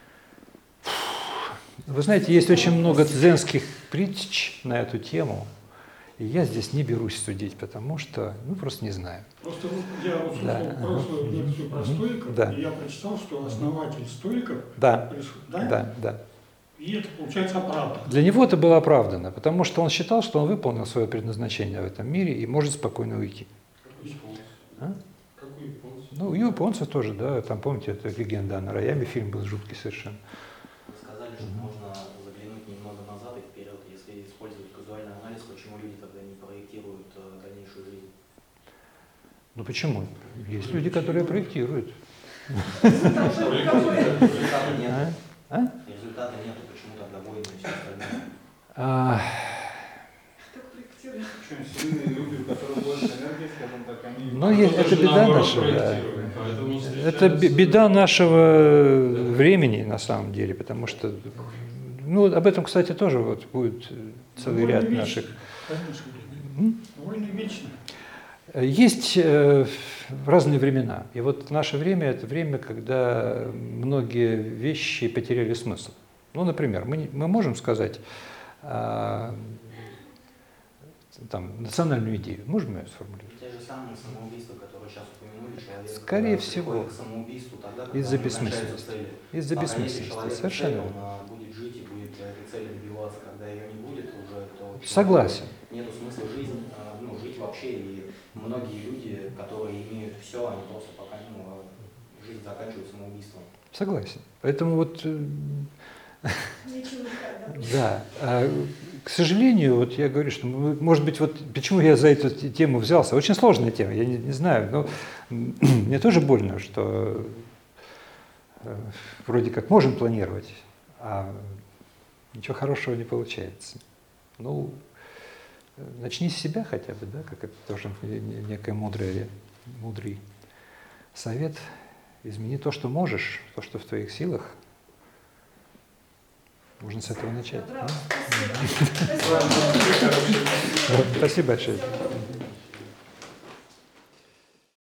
Вы знаете, есть очень много дзенских притч на эту тему, и я здесь не берусь судить, потому что, ну, просто не знаю. Просто я вот слушал прошлую лекцию про стоиков, и я прочитал, что основатель стоиков, да, и это, получается, оправдано. Для него это было оправдано, потому что он считал, что он выполнил свое предназначение в этом мире и может спокойно уйти. Как японцы. Как у японцев. Ну, у японцев тоже, да, там, помните, это легенда о Нараяме, фильм был жуткий совершенно. Вы сказали, что можно заглянуть немного назад и вперед, если использовать казуальный анализ, почему люди тогда не проектируют дальнейшую жизнь? Ну почему? Есть люди, которые проектируют. Результата нету, почему тогда войны и все остальное? Сильные люди, у которых больше энергии, скажем так, они... Ну, это беда нашего, да. Это беда нашего времени, на самом деле, потому что, ну, об этом, кстати, тоже вот будет целый ряд наших... Войны вечны. Есть разные времена. И вот наше время – это время, когда многие вещи потеряли смысл. Ну, например, мы можем сказать там, национальную идею. Можем ее сформулировать? Те же самые самоубийства, которые сейчас упомянули, человек скорее всего, к самоубийству тогда, когда из-за бессмысленности. Из-за бессмысленности, совершенно. Он будет жить и будет этой цели добиваться, когда ее не будет уже, то согласен. Нету смысла жизни, ну, жить вообще. И многие люди, которые имеют все, они просто пока жизнь заканчивают самоубийством. Согласен. Поэтому вот да. К сожалению, вот я говорю, что, может быть, вот почему я за эту тему взялся. Очень сложная тема, я не знаю, но мне тоже больно, что вроде как можем планировать, а ничего хорошего не получается. Ну, начни с себя хотя бы, да, как это тоже некий мудрый совет. Измени то, что можешь, то, что в твоих силах. Можно с этого начать. Спасибо большое.